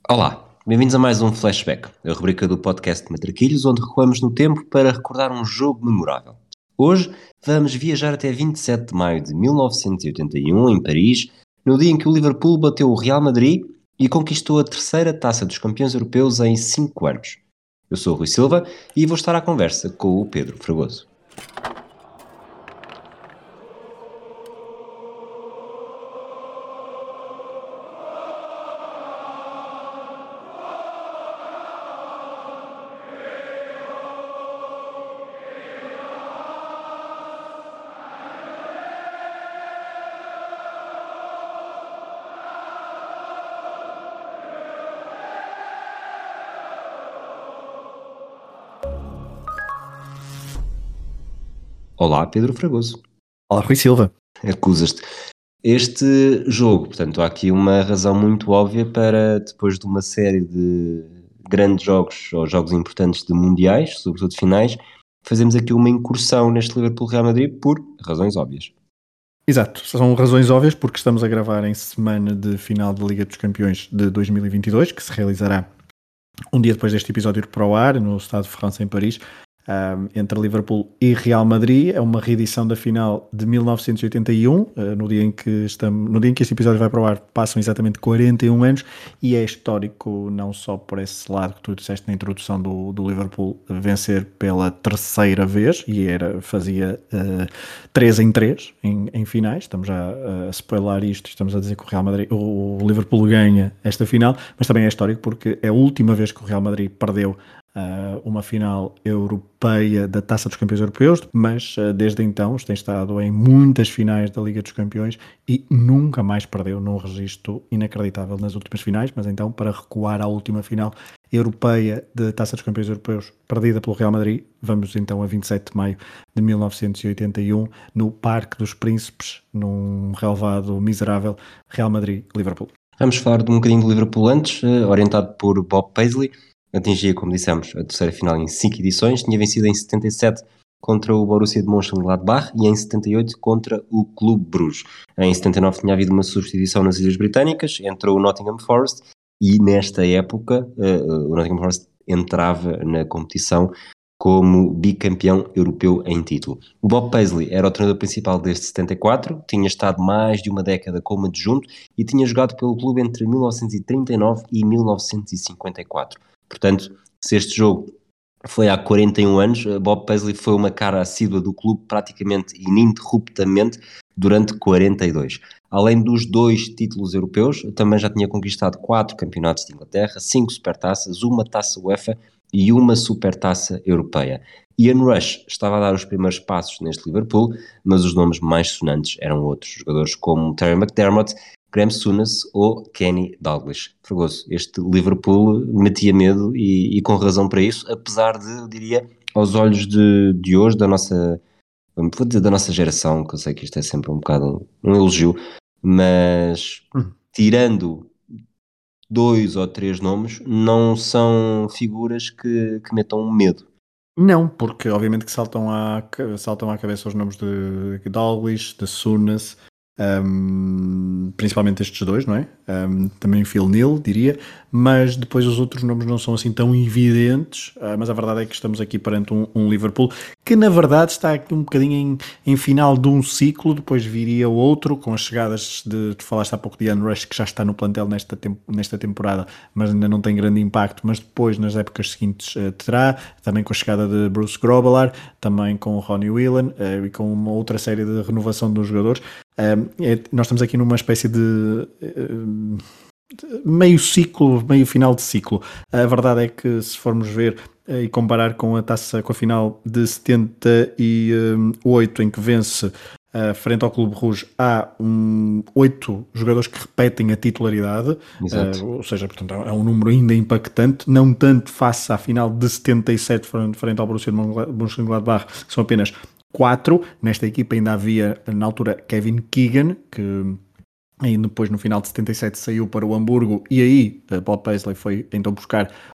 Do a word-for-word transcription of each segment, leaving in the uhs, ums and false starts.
Olá, bem-vindos a mais um Flashback, a rubrica do podcast Matraquilhos, onde recuamos no tempo para recordar um jogo memorável. Hoje vamos viajar até vinte e sete de maio de mil novecentos e oitenta e um, em Paris, no dia em que o Liverpool bateu o Real Madrid e conquistou a terceira taça dos campeões europeus em cinco anos. Eu sou o Rui Silva e vou estar à conversa com o Pedro Fragoso. Olá, Pedro Fragoso. Olá, Rui Silva. Acusas-te. Este jogo, portanto, há aqui uma razão muito óbvia para, depois de uma série de grandes jogos, ou jogos importantes de mundiais, sobretudo de finais, fazemos aqui uma incursão neste Liverpool-Real Madrid por razões óbvias. Exato, são razões óbvias porque estamos a gravar em semana de final da Liga dos Campeões de dois mil e vinte e dois, que se realizará um dia depois deste episódio ir para o ar, no Stade de France, em Paris, um, entre Liverpool e Real Madrid. É uma reedição da final de mil novecentos e oitenta e um, uh, no dia em que estamos, no dia em que este episódio vai para o ar, passam exatamente quarenta e um anos, e é histórico não só por esse lado que tu disseste na introdução do, do Liverpool vencer pela terceira vez, e era, fazia uh, três em três em, em finais. Estamos já a spoiler isto, estamos a dizer que o Real Madrid, o, o Liverpool ganha esta final, mas também é histórico porque é a última vez que o Real Madrid perdeu Uh, uma final europeia da Taça dos Campeões Europeus, mas uh, desde então tem estado em muitas finais da Liga dos Campeões e nunca mais perdeu, num registro inacreditável nas últimas finais. Mas então, para recuar à última final europeia da Taça dos Campeões Europeus, perdida pelo Real Madrid, vamos então a vinte e sete de maio de mil novecentos e oitenta e um, no Parque dos Príncipes, num relevado miserável, Real Madrid-Liverpool. Vamos falar de um bocadinho do Liverpool antes, uh, orientado por Bob Paisley. Atingia, como dissemos, a terceira final em cinco edições, tinha vencido em setenta e sete contra o Borussia de Mönchengladbach e em setenta e oito contra o Clube Bruges. Em setenta e nove tinha havido uma substituição nas Ilhas Britânicas, entrou o Nottingham Forest e nesta época uh, o Nottingham Forest entrava na competição como bicampeão europeu em título. O Bob Paisley era o treinador principal desde setenta e quatro, tinha estado mais de uma década como adjunto e tinha jogado pelo clube entre mil novecentos e trinta e nove e mil novecentos e cinquenta e quatro. Portanto, se este jogo foi há quarenta e um anos, Bob Paisley foi uma cara assídua do clube praticamente ininterruptamente durante quarenta e dois. Além dos dois títulos europeus, também já tinha conquistado quatro campeonatos de Inglaterra, cinco supertaças, uma taça UEFA e uma supertaça europeia. Ian Rush estava a dar os primeiros passos neste Liverpool, mas os nomes mais sonantes eram outros, jogadores como Terry McDermott, Graham Souness ou Kenny Dalglish. Fragoso, este Liverpool metia medo e, e com razão para isso, apesar de, eu diria, aos olhos de, de hoje, da nossa, vou dizer da nossa geração, que eu sei que isto é sempre um bocado um elogio, mas hum. tirando dois ou três nomes, não são figuras que, que metam medo. Não, porque obviamente que saltam à, saltam à cabeça os nomes de Dalglish, de Souness, um, principalmente estes dois, não é? Um, também Phil Neal, diria, mas depois os outros nomes não são assim tão evidentes, uh, mas a verdade é que estamos aqui perante um, um Liverpool que na verdade está aqui um bocadinho em, em final de um ciclo, depois viria outro, com as chegadas de, tu falaste há pouco de Ian Rush, que já está no plantel nesta, tem, nesta temporada, mas ainda não tem grande impacto, mas depois nas épocas seguintes uh, terá, também com a chegada de Bruce Grobbelaar, também com o Ronnie Whelan uh, e com uma outra série de renovação dos jogadores. Uh, é, nós estamos aqui numa espécie de, uh, de meio ciclo, meio final de ciclo. A verdade é que se formos ver uh, e comparar com a taça, com a final de setenta e oito, em que vence Uh, frente ao Clube Rouge, há um, oito jogadores que repetem a titularidade, uh, ou seja, portanto, é um número ainda impactante, não tanto face à final de setenta e sete frente, frente ao Borussia de Mönchengladbach, que são apenas quatro. Nesta equipa ainda havia, na altura, Kevin Keegan, que aí depois no final de setenta e sete saiu para o Hamburgo, e aí Bob Paisley foi então buscar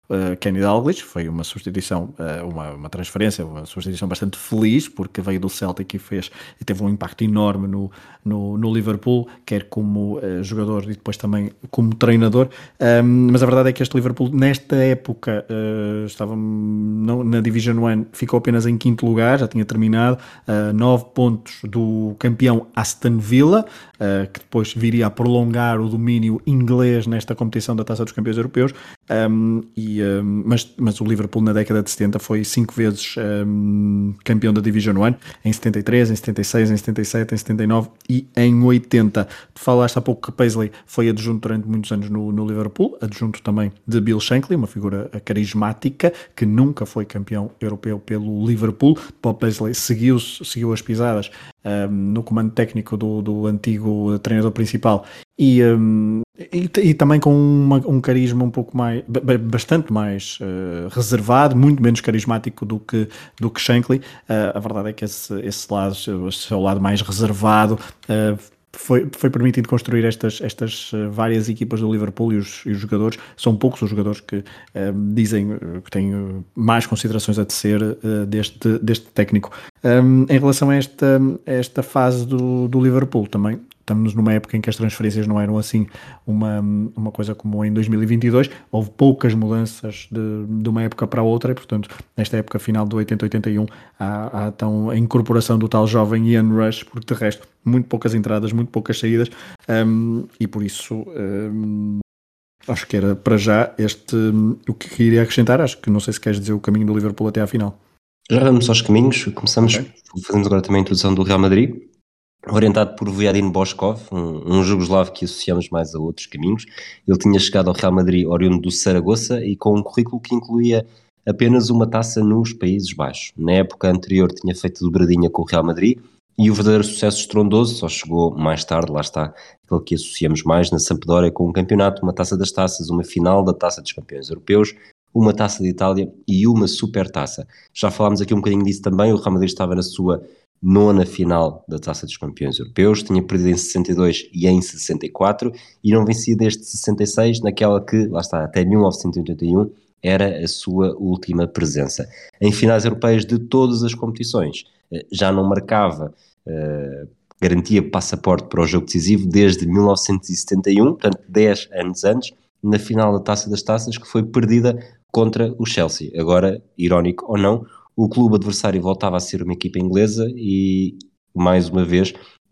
uh, Kenny Dalglish, foi uma substituição, uh, uma, uma transferência, uma substituição bastante feliz, porque veio do Celtic e fez, e teve um impacto enorme no, no, no Liverpool, quer como uh, jogador e depois também como treinador, um, mas a verdade é que este Liverpool, nesta época, uh, estava não, na Division um, ficou apenas em quinto lugar, já tinha terminado, uh, nove pontos do campeão Aston Villa, uh, que depois viria a prolongar o domínio inglês nesta competição da Taça dos Campeões Europeus, um, e, um, mas, mas o Liverpool na década de setenta foi cinco vezes um, campeão da Division um, em setenta e três, em setenta e seis, em setenta e sete, em setenta e nove e em oitenta. Tu falaste há pouco que Paisley foi adjunto durante muitos anos no, no Liverpool, adjunto também de Bill Shankly, uma figura carismática que nunca foi campeão europeu pelo Liverpool. Bob Paisley seguiu, seguiu as pisadas um, no comando técnico do, do antigo treinador principal e, um, e, e também com uma, um carisma um pouco mais, bastante mais uh, reservado, muito menos carismático do que, do que Shankly. Uh, a verdade é que esse, esse lado, o seu lado mais reservado, uh, Foi, foi permitindo construir estas, estas uh, várias equipas do Liverpool, e os, e os jogadores, são poucos os jogadores que uh, dizem uh, que têm uh, mais considerações a tecer uh, deste, deste técnico. Um, em relação a esta, a esta fase do, do Liverpool também, estamos numa época em que as transferências não eram assim uma, uma coisa como em dois mil e vinte e dois, houve poucas mudanças de, de uma época para a outra, e portanto nesta época final de oitenta, oitenta e um há, há então a incorporação do tal jovem Ian Rush, porque de resto muito poucas entradas, muito poucas saídas, um, e por isso um, acho que era para já este um, o que queria acrescentar. Acho que não sei se queres dizer o caminho do Liverpool até à final. Já vamos aos caminhos, começamos, okay. Fazemos agora também a introdução do Real Madrid, orientado por Vujadin Boškov, um, um jugoslavo que associamos mais a outros caminhos. Ele tinha chegado ao Real Madrid oriundo do Saragossa e com um currículo que incluía apenas uma taça nos Países Baixos. Na época anterior tinha feito dobradinha com o Real Madrid e o verdadeiro sucesso estrondoso só chegou mais tarde, lá está, aquele que associamos mais, na Sampdoria, com um campeonato, uma taça das taças, uma final da Taça dos Campeões Europeus, uma taça de Itália e uma super taça. Já falámos aqui um bocadinho disso também, o Real Madrid estava na sua nona final da Taça dos Campeões Europeus, tinha perdido em sessenta e dois e em sessenta e quatro e não vencia desde sessenta e seis, naquela que, lá está, até mil novecentos e oitenta e um era a sua última presença. Em finais europeias de todas as competições, já não marcava, uh, garantia passaporte para o jogo decisivo desde mil novecentos e setenta e um, portanto dez anos antes, na final da Taça das Taças, que foi perdida contra o Chelsea. Agora, irónico ou não, o clube adversário voltava a ser uma equipa inglesa e, mais uma vez,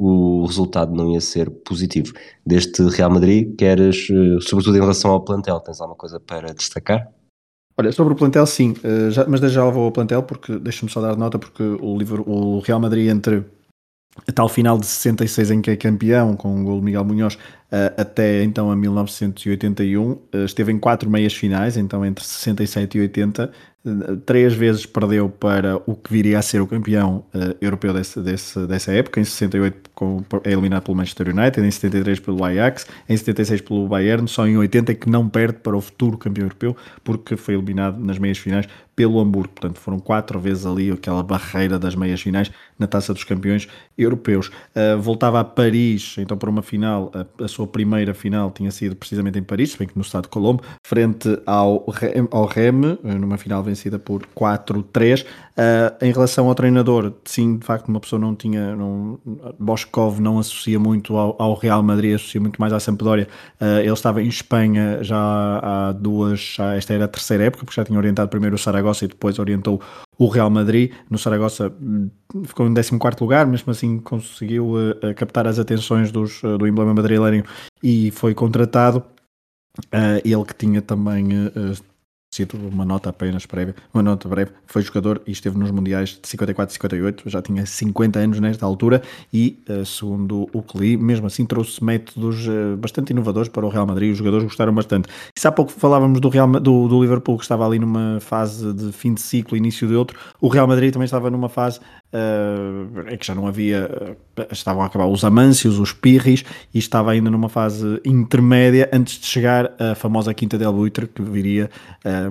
o resultado não ia ser positivo. Deste Real Madrid, queres, sobretudo em relação ao plantel, tens alguma coisa para destacar? Olha, sobre o plantel, sim, já, mas desde já vou ao plantel, porque deixa-me só dar nota, porque o, o Real Madrid, entre a tal final de sessenta e seis em que é campeão, com o gol de Miguel Munhoz, até então a mil novecentos e oitenta e um, esteve em quatro meias finais, então entre sessenta e sete e oitenta, três vezes perdeu para o que viria a ser o campeão uh, europeu desse, desse, dessa época. Em sessenta e oito com, é eliminado pelo Manchester United, em setenta e três pelo Ajax, em setenta e seis pelo Bayern, só em oitenta é que não perde para o futuro campeão europeu, porque foi eliminado nas meias finais pelo Hamburgo. Portanto, foram quatro vezes ali aquela barreira das meias finais na Taça dos Campeões Europeus. Uh, voltava a Paris, então para uma final, a, a sua primeira final tinha sido precisamente em Paris, se bem que no Stade de Colombo, frente ao, ao Rennes, numa final vencida por quatro três. Uh, em relação ao treinador, sim, de facto uma pessoa não tinha, não, Boškov não associa muito ao, ao Real Madrid, associa muito mais à Sampdoria. Uh, ele estava em Espanha já há duas, já esta era a terceira época, porque já tinha orientado primeiro o Saragossa e depois orientou o Real Madrid. No Saragossa ficou em décimo quarto lugar, mesmo assim conseguiu uh, captar as atenções dos, uh, do emblema madrilenho e foi contratado. Uh, ele que tinha também uh, cito uma nota apenas prévia, uma nota breve, foi jogador e esteve nos mundiais de cinquenta e quatro e cinquenta e oito, já tinha cinquenta anos nesta altura e, uh, segundo o que li, mesmo assim trouxe métodos uh, bastante inovadores para o Real Madrid, os jogadores gostaram bastante. E se há pouco falávamos do, Real, do, do Liverpool, que estava ali numa fase de fim de ciclo, início de outro, o Real Madrid também estava numa fase uh, em que já não havia, uh, estavam a acabar os Amâncios, os Pirris, e estava ainda numa fase intermédia antes de chegar a famosa Quinta del Buitre, que viria uh,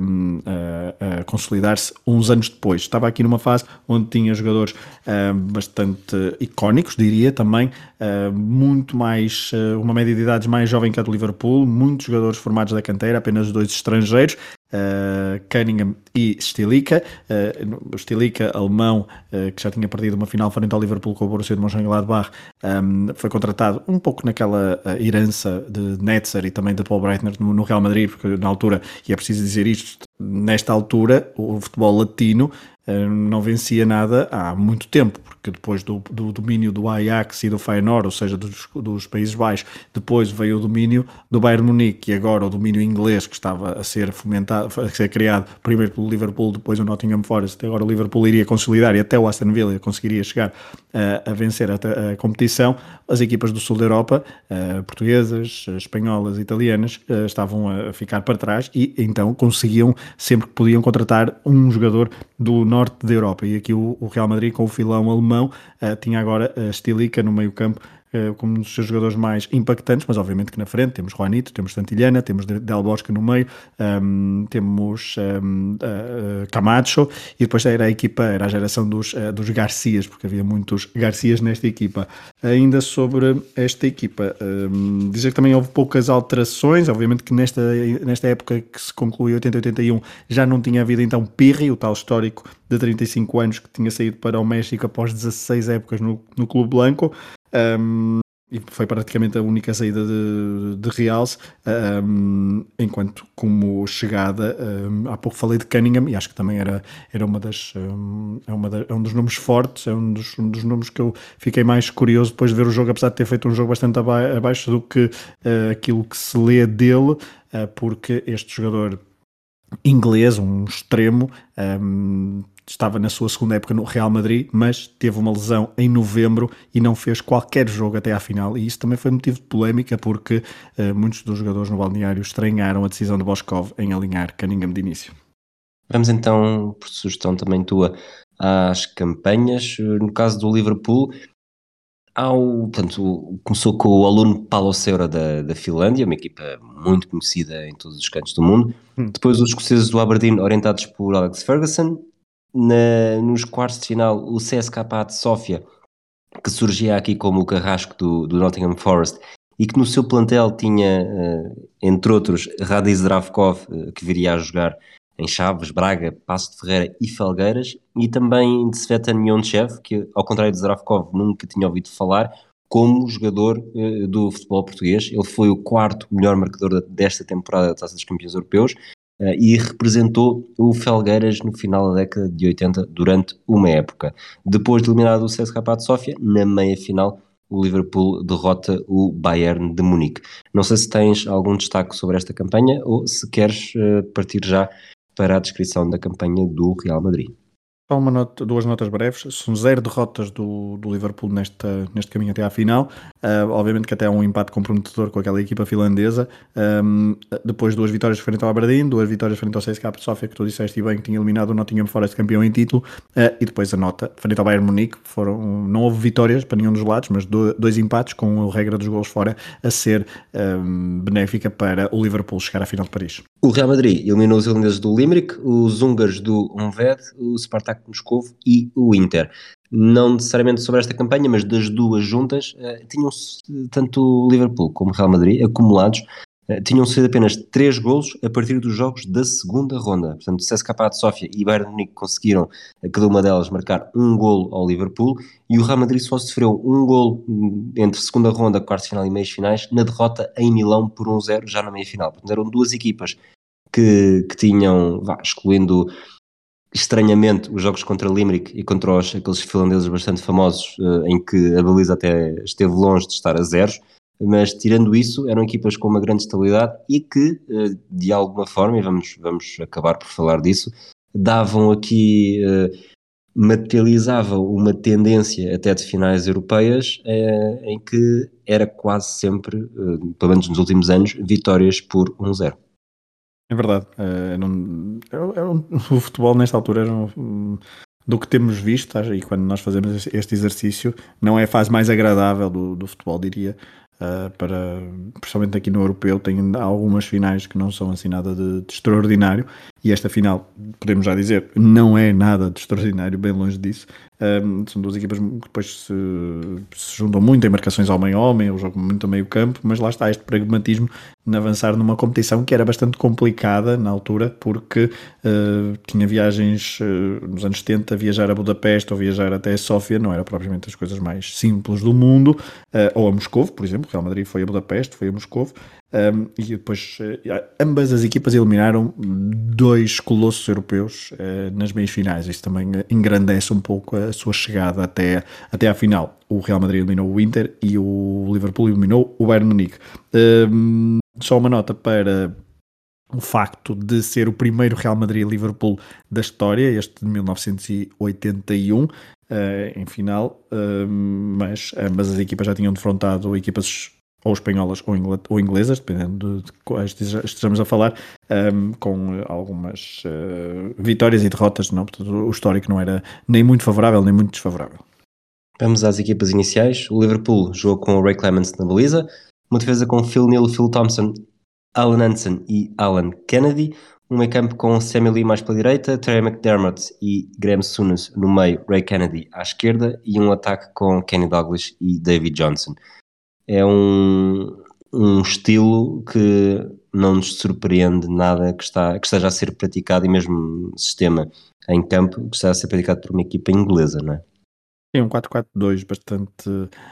A, a consolidar-se uns anos depois. Estava aqui numa fase onde tinha jogadores uh, bastante icónicos, diria também, uh, muito mais, uh, uma média de idades mais jovem que a do Liverpool, muitos jogadores formados da canteira, apenas dois estrangeiros, uh, Cunningham e Stilica. Uh, o Stilica, alemão, uh, que já tinha perdido uma final frente ao Liverpool com o Borussia de Mönchengladbach, um, foi contratado um pouco naquela uh, herança de Netzer e também de Paul Breitner no, no Real Madrid, porque na altura, e é preciso dizer isto, nesta altura o futebol latino uh, não vencia nada há muito tempo, porque depois do, do domínio do Ajax e do Feyenoord, ou seja, dos, dos Países Baixos, depois veio o domínio do Bayern Munique e agora o domínio inglês, que estava a ser fomentado, a ser criado primeiro pelo Liverpool, depois o Nottingham Forest. Agora o Liverpool iria consolidar e até o Aston Villa conseguiria chegar uh, a vencer a, a competição. As equipas do sul da Europa, uh, portuguesas, espanholas, italianas, uh, estavam a ficar para trás e então conseguiam, sempre que podiam, contratar um jogador do norte da Europa. E aqui o, o Real Madrid, com o filão alemão, uh, tinha agora a Stilica no meio campo como um dos seus jogadores mais impactantes, mas obviamente que na frente temos Juanito, temos Santillana, temos Del Bosque no meio, um, temos um, uh, Camacho, e depois era a equipa, era a geração dos, uh, dos Garcias, porque havia muitos Garcias nesta equipa. Ainda sobre esta equipa, um, dizer que também houve poucas alterações, obviamente que nesta, nesta época que se conclui oitenta oitenta e um já não tinha havido então Pirri, o tal histórico de trinta e cinco anos que tinha saído para o México após dezasseis épocas no, no Clube Blanco. Um, e foi praticamente a única saída de, de Realce, um, enquanto como chegada, um, há pouco falei de Cunningham e acho que também era, era uma das, um, é, uma da, é um dos nomes fortes, é um dos, um dos nomes que eu fiquei mais curioso depois de ver o jogo, apesar de ter feito um jogo bastante aba- abaixo do que uh, aquilo que se lê dele, uh, porque este jogador inglês, um extremo, um, estava na sua segunda época no Real Madrid, mas teve uma lesão em novembro e não fez qualquer jogo até à final, e isso também foi motivo de polémica, porque uh, muitos dos jogadores no balneário estranharam a decisão de Boskov em alinhar Cunningham de início. Vamos então, por sugestão também tua, às campanhas. No caso do Liverpool, ao, portanto, começou com o aluno Palloseura da, da Finlândia, uma equipa muito conhecida em todos os cantos do mundo. Hum. Depois os escoceses do Aberdeen, orientados por Alex Ferguson. Na, nos quartos de final, o C S K A de Sófia, que surgia aqui como o carrasco do, do Nottingham Forest e que no seu plantel tinha, uh, entre outros, Radi Zdravkov, uh, que viria a jogar em Chaves, Braga, Paço de Ferreira e Felgueiras, e também de Svetan Jonchev, que ao contrário de Zdravkov nunca tinha ouvido falar, como jogador uh, do futebol português. Ele foi o quarto melhor marcador desta temporada da Taça dos Campeões Europeus, Uh, e representou o Felgueiras no final da década de oitenta durante uma época. Depois de eliminado o C S K A de Sófia, na meia-final o Liverpool derrota o Bayern de Munique. Não sei se tens algum destaque sobre esta campanha ou se queres uh, partir já para a descrição da campanha do Real Madrid. Só uma nota, duas notas breves. São zero derrotas do, do Liverpool nesta, neste caminho até à final. Uh, obviamente que até há um empate comprometedor com aquela equipa finlandesa. Um, depois duas vitórias frente ao Aberdeen, duas vitórias frente ao C S K A de Sófia, que tu disseste bem que tinha eliminado o Nottingham Forest campeão em título. Uh, e depois a nota frente ao Bayern Munique. Foram, não houve vitórias para nenhum dos lados, mas do, dois empates com a regra dos golos fora a ser um, benéfica para o Liverpool chegar à final de Paris. O Real Madrid eliminou os holandeses do Limerick, os húngaros do Honvéd, o Spartak Moscovo e o Inter. Não necessariamente sobre esta campanha, mas das duas juntas, uh, tinham tanto o Liverpool como o Real Madrid acumulados, uh, tinham sido apenas três golos a partir dos jogos da segunda ronda. Portanto, o C S K A de Sófia e Bayern de Munique conseguiram, a cada uma delas, marcar um golo ao Liverpool, e o Real Madrid só sofreu um golo entre segunda ronda, quartos de final e meias finais, na derrota em Milão por um zero já na meia-final. Portanto, eram duas equipas que, que tinham, vá, excluindo estranhamente os jogos contra Limerick e contra os, aqueles finlandeses bastante famosos, uh, em que a baliza até esteve longe de estar a zeros, mas tirando isso eram equipas com uma grande estabilidade e que uh, de alguma forma, e vamos, vamos acabar por falar disso, davam aqui, uh, materializavam uma tendência até de finais europeias, uh, em que era quase sempre, uh, pelo menos nos últimos anos, vitórias por um zero. É verdade, é, não, é, é um, o futebol nesta altura era um, do que temos visto, e quando nós fazemos este exercício não é a fase mais agradável do, do futebol, diria, uh, para, principalmente aqui no europeu tem algumas finais que não são assim nada de, de extraordinário, e esta final, podemos já dizer, não é nada de extraordinário, bem longe disso. Um, são duas equipas que depois se, se juntam muito em marcações homem-homem, ou jogam muito a meio campo, mas lá está este pragmatismo de avançar numa competição que era bastante complicada na altura, porque uh, tinha viagens uh, nos anos setenta, viajar a Budapeste ou viajar até a Sófia não era propriamente as coisas mais simples do mundo, uh, ou a Moscovo, por exemplo. O Real Madrid foi a Budapeste, foi a Moscovo, um, e depois uh, ambas as equipas eliminaram dois colossos europeus uh, nas meias finais. Isso também engrandece um pouco a sua chegada até, até à final. O Real Madrid eliminou o Inter e o Liverpool eliminou o Bayern Munique. Um, só uma nota para o facto de ser o primeiro Real Madrid-Liverpool da história, este de mil novecentos e oitenta e um, uh, em final, uh, mas ambas as equipas já tinham defrontado equipas ou espanholas ou inglesas, dependendo de quais estejamos a falar, um, com algumas uh, vitórias e derrotas, não? Portanto, o histórico não era nem muito favorável nem muito desfavorável. Vamos às equipas iniciais. O Liverpool jogou com o Ray Clemence na baliza, uma defesa com Phil Neal, Phil Thompson, Alan Hansen e Alan Kennedy, um meio campo com Sammy Lee mais pela direita, Terry McDermott e Graham Souness no meio, Ray Kennedy à esquerda, e um ataque com Kenny Dalglish e David Johnson. É um, um estilo que não nos surpreende nada que, está, que esteja a ser praticado, e mesmo sistema em campo que está a ser praticado por uma equipa inglesa, não é? É um quatro quatro dois bastante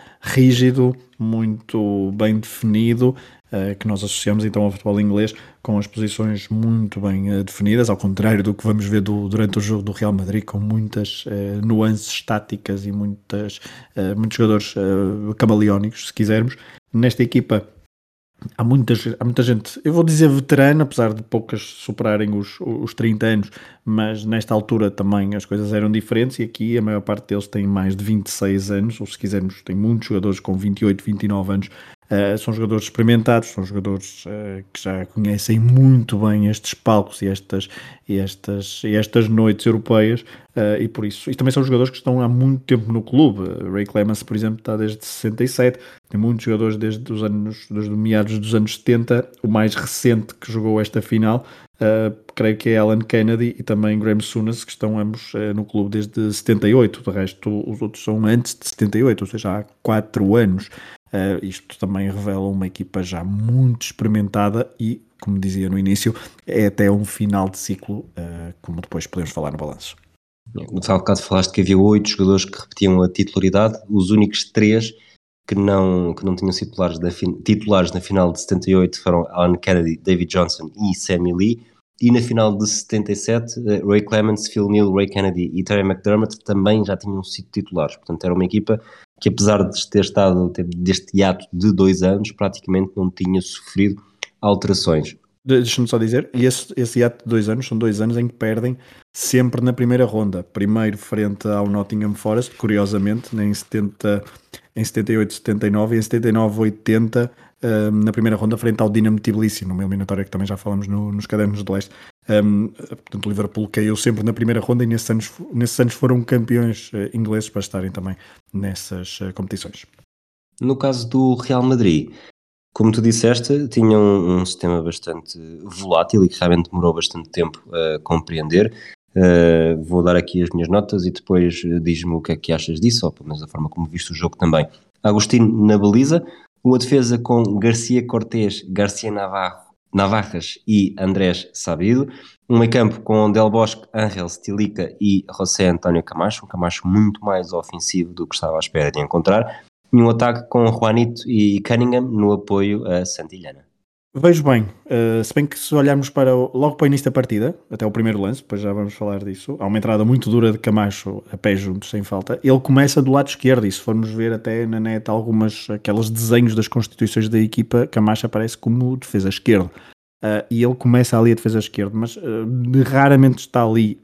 rígido, muito bem definido, uh, que nós associamos então ao futebol inglês, com as posições muito bem uh, definidas, ao contrário do que vamos ver do, durante o jogo do Real Madrid, com muitas uh, nuances táticas e muitas, uh, muitos jogadores uh, camaleónicos, se quisermos. Nesta equipa há, muitas, há muita gente, eu vou dizer veterana, apesar de poucas superarem os, os trinta anos, mas nesta altura também as coisas eram diferentes, e aqui a maior parte deles tem mais de vinte e seis anos, ou se quisermos, tem muitos jogadores com vinte e oito, vinte e nove anos. Uh, são jogadores experimentados, são jogadores uh, que já conhecem muito bem estes palcos e estas, e estas, e estas noites europeias, uh, e por isso, e também são jogadores que estão há muito tempo no clube. uh, Ray Clemence, por exemplo, está desde sessenta e sete, tem muitos jogadores desde os anos, desde meados dos anos setenta. O mais recente que jogou esta final, uh, creio que é Alan Kennedy, e também Graham Souness, que estão ambos uh, no clube desde setenta e oito. De resto, os outros são antes de setenta e oito, ou seja, há quatro anos. Uh, isto também revela uma equipa já muito experimentada e, como dizia no início, é até um final de ciclo, uh, como depois podemos falar no balanço. No tal caso falaste que havia oito jogadores que repetiam a titularidade, os únicos três que não, que não tinham titulares, da fin- titulares na final de setenta e oito foram Alan Kennedy, David Johnson e Sammy Lee, e na final de setenta e sete, uh, Ray Clemence, Phil Neal, Ray Kennedy e Terry McDermott também já tinham sido titulares. Portanto, era uma equipa que, apesar de ter estado ter, deste hiato de dois anos, praticamente não tinha sofrido alterações. Deixa-me só dizer, e esse, esse hiato de dois anos são dois anos em que perdem sempre na primeira ronda. Primeiro frente ao Nottingham Forest, curiosamente, em, setenta, em setenta e oito, setenta e nove, e em setenta e nove, oitenta, um, na primeira ronda frente ao Dinamo Tbilisi, numa eliminatória que também já falamos no, nos cadernos de leste. Um, portanto, o Liverpool caiu sempre na primeira ronda, e nesses anos, nesses anos foram campeões uh, ingleses para estarem também nessas uh, competições. No caso do Real Madrid, como tu disseste, tinha um, um sistema bastante volátil e que realmente demorou bastante tempo a compreender. Uh, vou dar aqui as minhas notas e depois diz-me o que é que achas disso, ou pelo menos da forma como viste o jogo também. Agostinho na baliza, uma defesa com Garcia Cortés, Garcia Navarro, Navarras e Andrés Sabido, um meio campo com Del Bosque, Ángel Stilica e José António Camacho, um Camacho muito mais ofensivo do que estava à espera de encontrar, e um ataque com Juanito e Cunningham no apoio a Santillana. Vejo bem, uh, se bem que se olharmos para o, logo para o início da partida, até o primeiro lance, depois já vamos falar disso, há uma entrada muito dura de Camacho a pé juntos, sem falta. Ele começa do lado esquerdo, e se formos ver até na net algumas, aqueles desenhos das constituições da equipa, Camacho aparece como defesa esquerda. Uh, e ele começa ali a defesa esquerda, mas uh, raramente está ali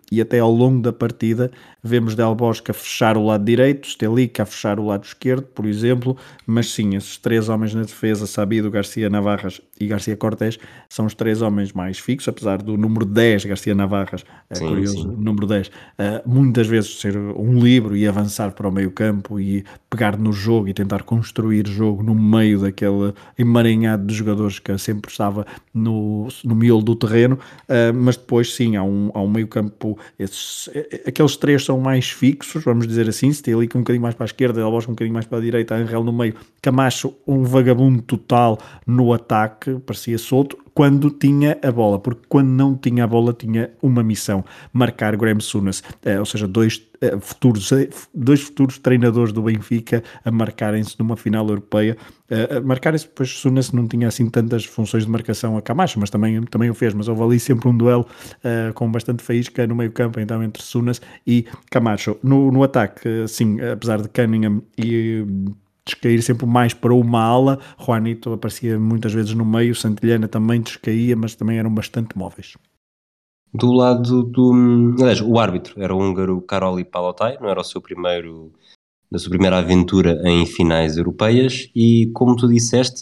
e até ao longo da partida vemos Del Bosque a fechar o lado direito, Stelic a fechar o lado esquerdo, por exemplo, mas sim, esses três homens na defesa, Sabido, Garcia Navarras e Garcia Cortés, são os três homens mais fixos, apesar do número dez, Garcia Navarras, é Sim, curioso, sim. o número dez, uh, muitas vezes ser um livro e avançar para o meio campo e pegar no jogo e tentar construir jogo no meio daquele emaranhado de jogadores que sempre estava no, no miolo do terreno, uh, mas depois sim, há um, há um meio campo, esses, aqueles três são mais fixos, vamos dizer assim, Stelic um bocadinho mais para a esquerda, Del Bosque um bocadinho mais para a direita, Angel no meio, Camacho um vagabundo total no ataque, parecia solto, quando tinha a bola, porque quando não tinha a bola tinha uma missão, marcar Graham Souness, eh, ou seja, dois, eh, futuros, eh, dois futuros treinadores do Benfica a marcarem-se numa final europeia, eh, a marcarem-se, depois Souness não tinha assim tantas funções de marcação a Camacho, mas também, também o fez, mas houve ali sempre um duelo eh, com bastante faísca no meio campo, então entre Souness e Camacho. No, no ataque, sim, apesar de Cunningham e descair sempre mais para uma ala, Juanito aparecia muitas vezes no meio, Santillana também descaía, mas também eram bastante móveis. Do lado do... Aliás, o árbitro era o húngaro Károly Palotai, não era o seu primeiro... da sua primeira aventura em finais europeias, e como tu disseste,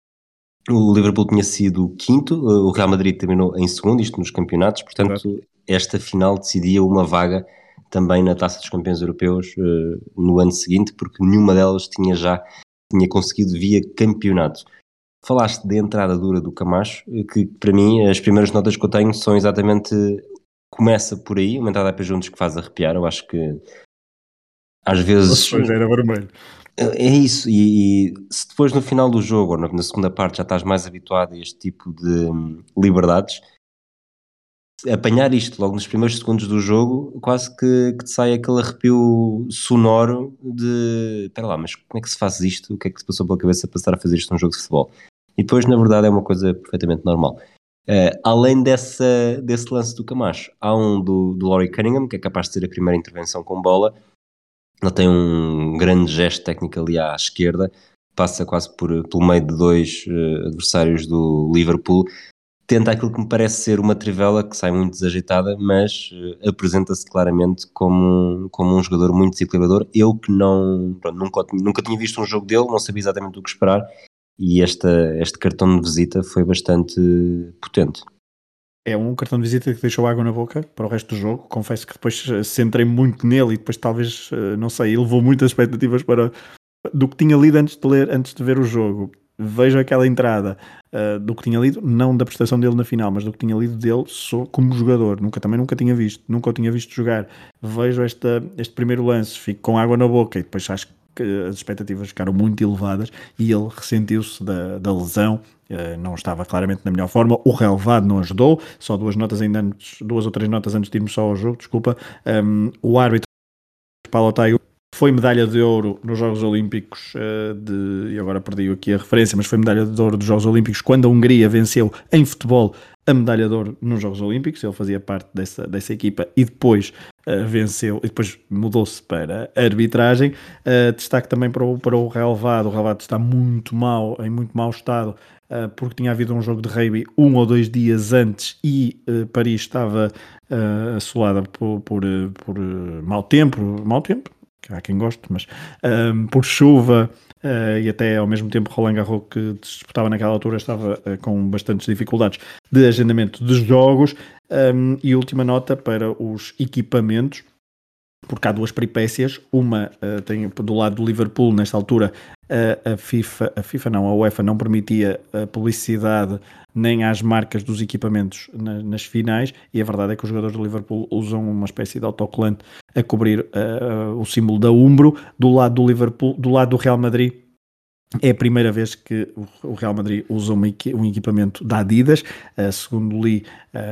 o Liverpool tinha sido quinto, o Real Madrid terminou em segundo, isto nos campeonatos, portanto Exato. esta final decidia uma vaga também na Taça dos Campeões Europeus uh, no ano seguinte, porque nenhuma delas tinha já tinha conseguido via campeonato. Falaste da entrada dura do Camacho, que para mim as primeiras notas que eu tenho são exatamente, começa por aí, uma entrada a pé juntos que faz arrepiar, eu acho que às vezes... Já era vermelho. É isso, e, e se depois no final do jogo ou na, na segunda parte já estás mais habituado a este tipo de hum, liberdades, apanhar isto logo nos primeiros segundos do jogo, quase que, que te sai aquele arrepio sonoro de, espera lá, mas como é que se faz isto? O que é que se passou pela cabeça para estar a fazer isto num jogo de futebol? E depois, na verdade, é uma coisa perfeitamente normal. Uh, além dessa, desse lance do Camacho, há um do, do Laurie Cunningham, que é capaz de ter a primeira intervenção com bola. Ele tem um grande gesto técnico ali à esquerda, passa quase por, pelo meio de dois uh, adversários do Liverpool, tenta aquilo que me parece ser uma trivela que sai muito desajeitada, mas uh, apresenta-se claramente como, como um jogador muito desequilibrador. Eu que não, pronto, nunca, nunca tinha visto um jogo dele, não sabia exatamente o que esperar, e esta, este cartão de visita foi bastante potente. É um cartão de visita que deixou água na boca para o resto do jogo. Confesso que depois centrei muito nele e depois talvez, não sei, elevou muitas expectativas para do que tinha lido antes de ler, antes de ver o jogo. Vejo aquela entrada uh, do que tinha lido, não da prestação dele na final, mas do que tinha lido dele sou como jogador. Nunca, também nunca tinha visto, nunca o tinha visto jogar. Vejo esta, este primeiro lance, fico com água na boca e depois acho que as expectativas ficaram muito elevadas e ele ressentiu-se da, da lesão. Uh, não estava claramente na melhor forma, o relevado não ajudou, só duas notas ainda antes, duas ou três notas antes de irmos só ao jogo, desculpa. Um, o árbitro Palotai foi medalha de ouro nos Jogos Olímpicos uh, de, e agora perdi aqui a referência, mas foi medalha de ouro dos Jogos Olímpicos quando a Hungria venceu em futebol a medalha de ouro nos Jogos Olímpicos. Ele fazia parte dessa, dessa equipa e depois uh, venceu, e depois mudou-se para a arbitragem. Uh, destaque também para o, para o relevado. O relevado está muito mal, em muito mau estado, uh, porque tinha havido um jogo de rugby um ou dois dias antes e uh, Paris estava uh, assolada por, por, por uh, mau tempo, mau tempo, há quem goste, mas um, por chuva uh, e até ao mesmo tempo Roland Garros, que disputava naquela altura, estava uh, com bastantes dificuldades de agendamento de jogos. Um, e última nota para os equipamentos, porque há duas peripécias. Uma uh, tem do lado do Liverpool, nesta altura, uh, a FIFA, a FIFA não, a UEFA não permitia a publicidade nem às marcas dos equipamentos na, nas finais, e a verdade é que os jogadores do Liverpool usam uma espécie de autocolante a cobrir uh, o símbolo da Umbro. Do lado do Liverpool, do lado do Real Madrid, é a primeira vez que o Real Madrid usa uma, um equipamento da Adidas. Uh, segundo li,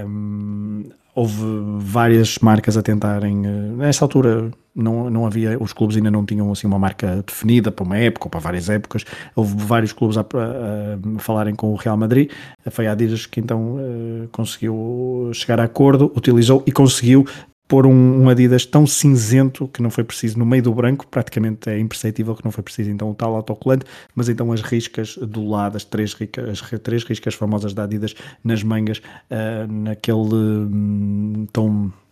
um, houve várias marcas a tentarem, uh, nessa altura não, não havia, os clubes ainda não tinham assim uma marca definida para uma época ou para várias épocas. Houve vários clubes a, a, a falarem com o Real Madrid. Foi a Adidas que então uh, conseguiu chegar a acordo, utilizou e conseguiu pôr um, um Adidas tão cinzento que não foi preciso, no meio do branco, praticamente é imperceptível que não foi preciso então o tal autocolante, mas então as riscas do lado, as três, as três riscas famosas da Adidas nas mangas, uh, naquele um, tom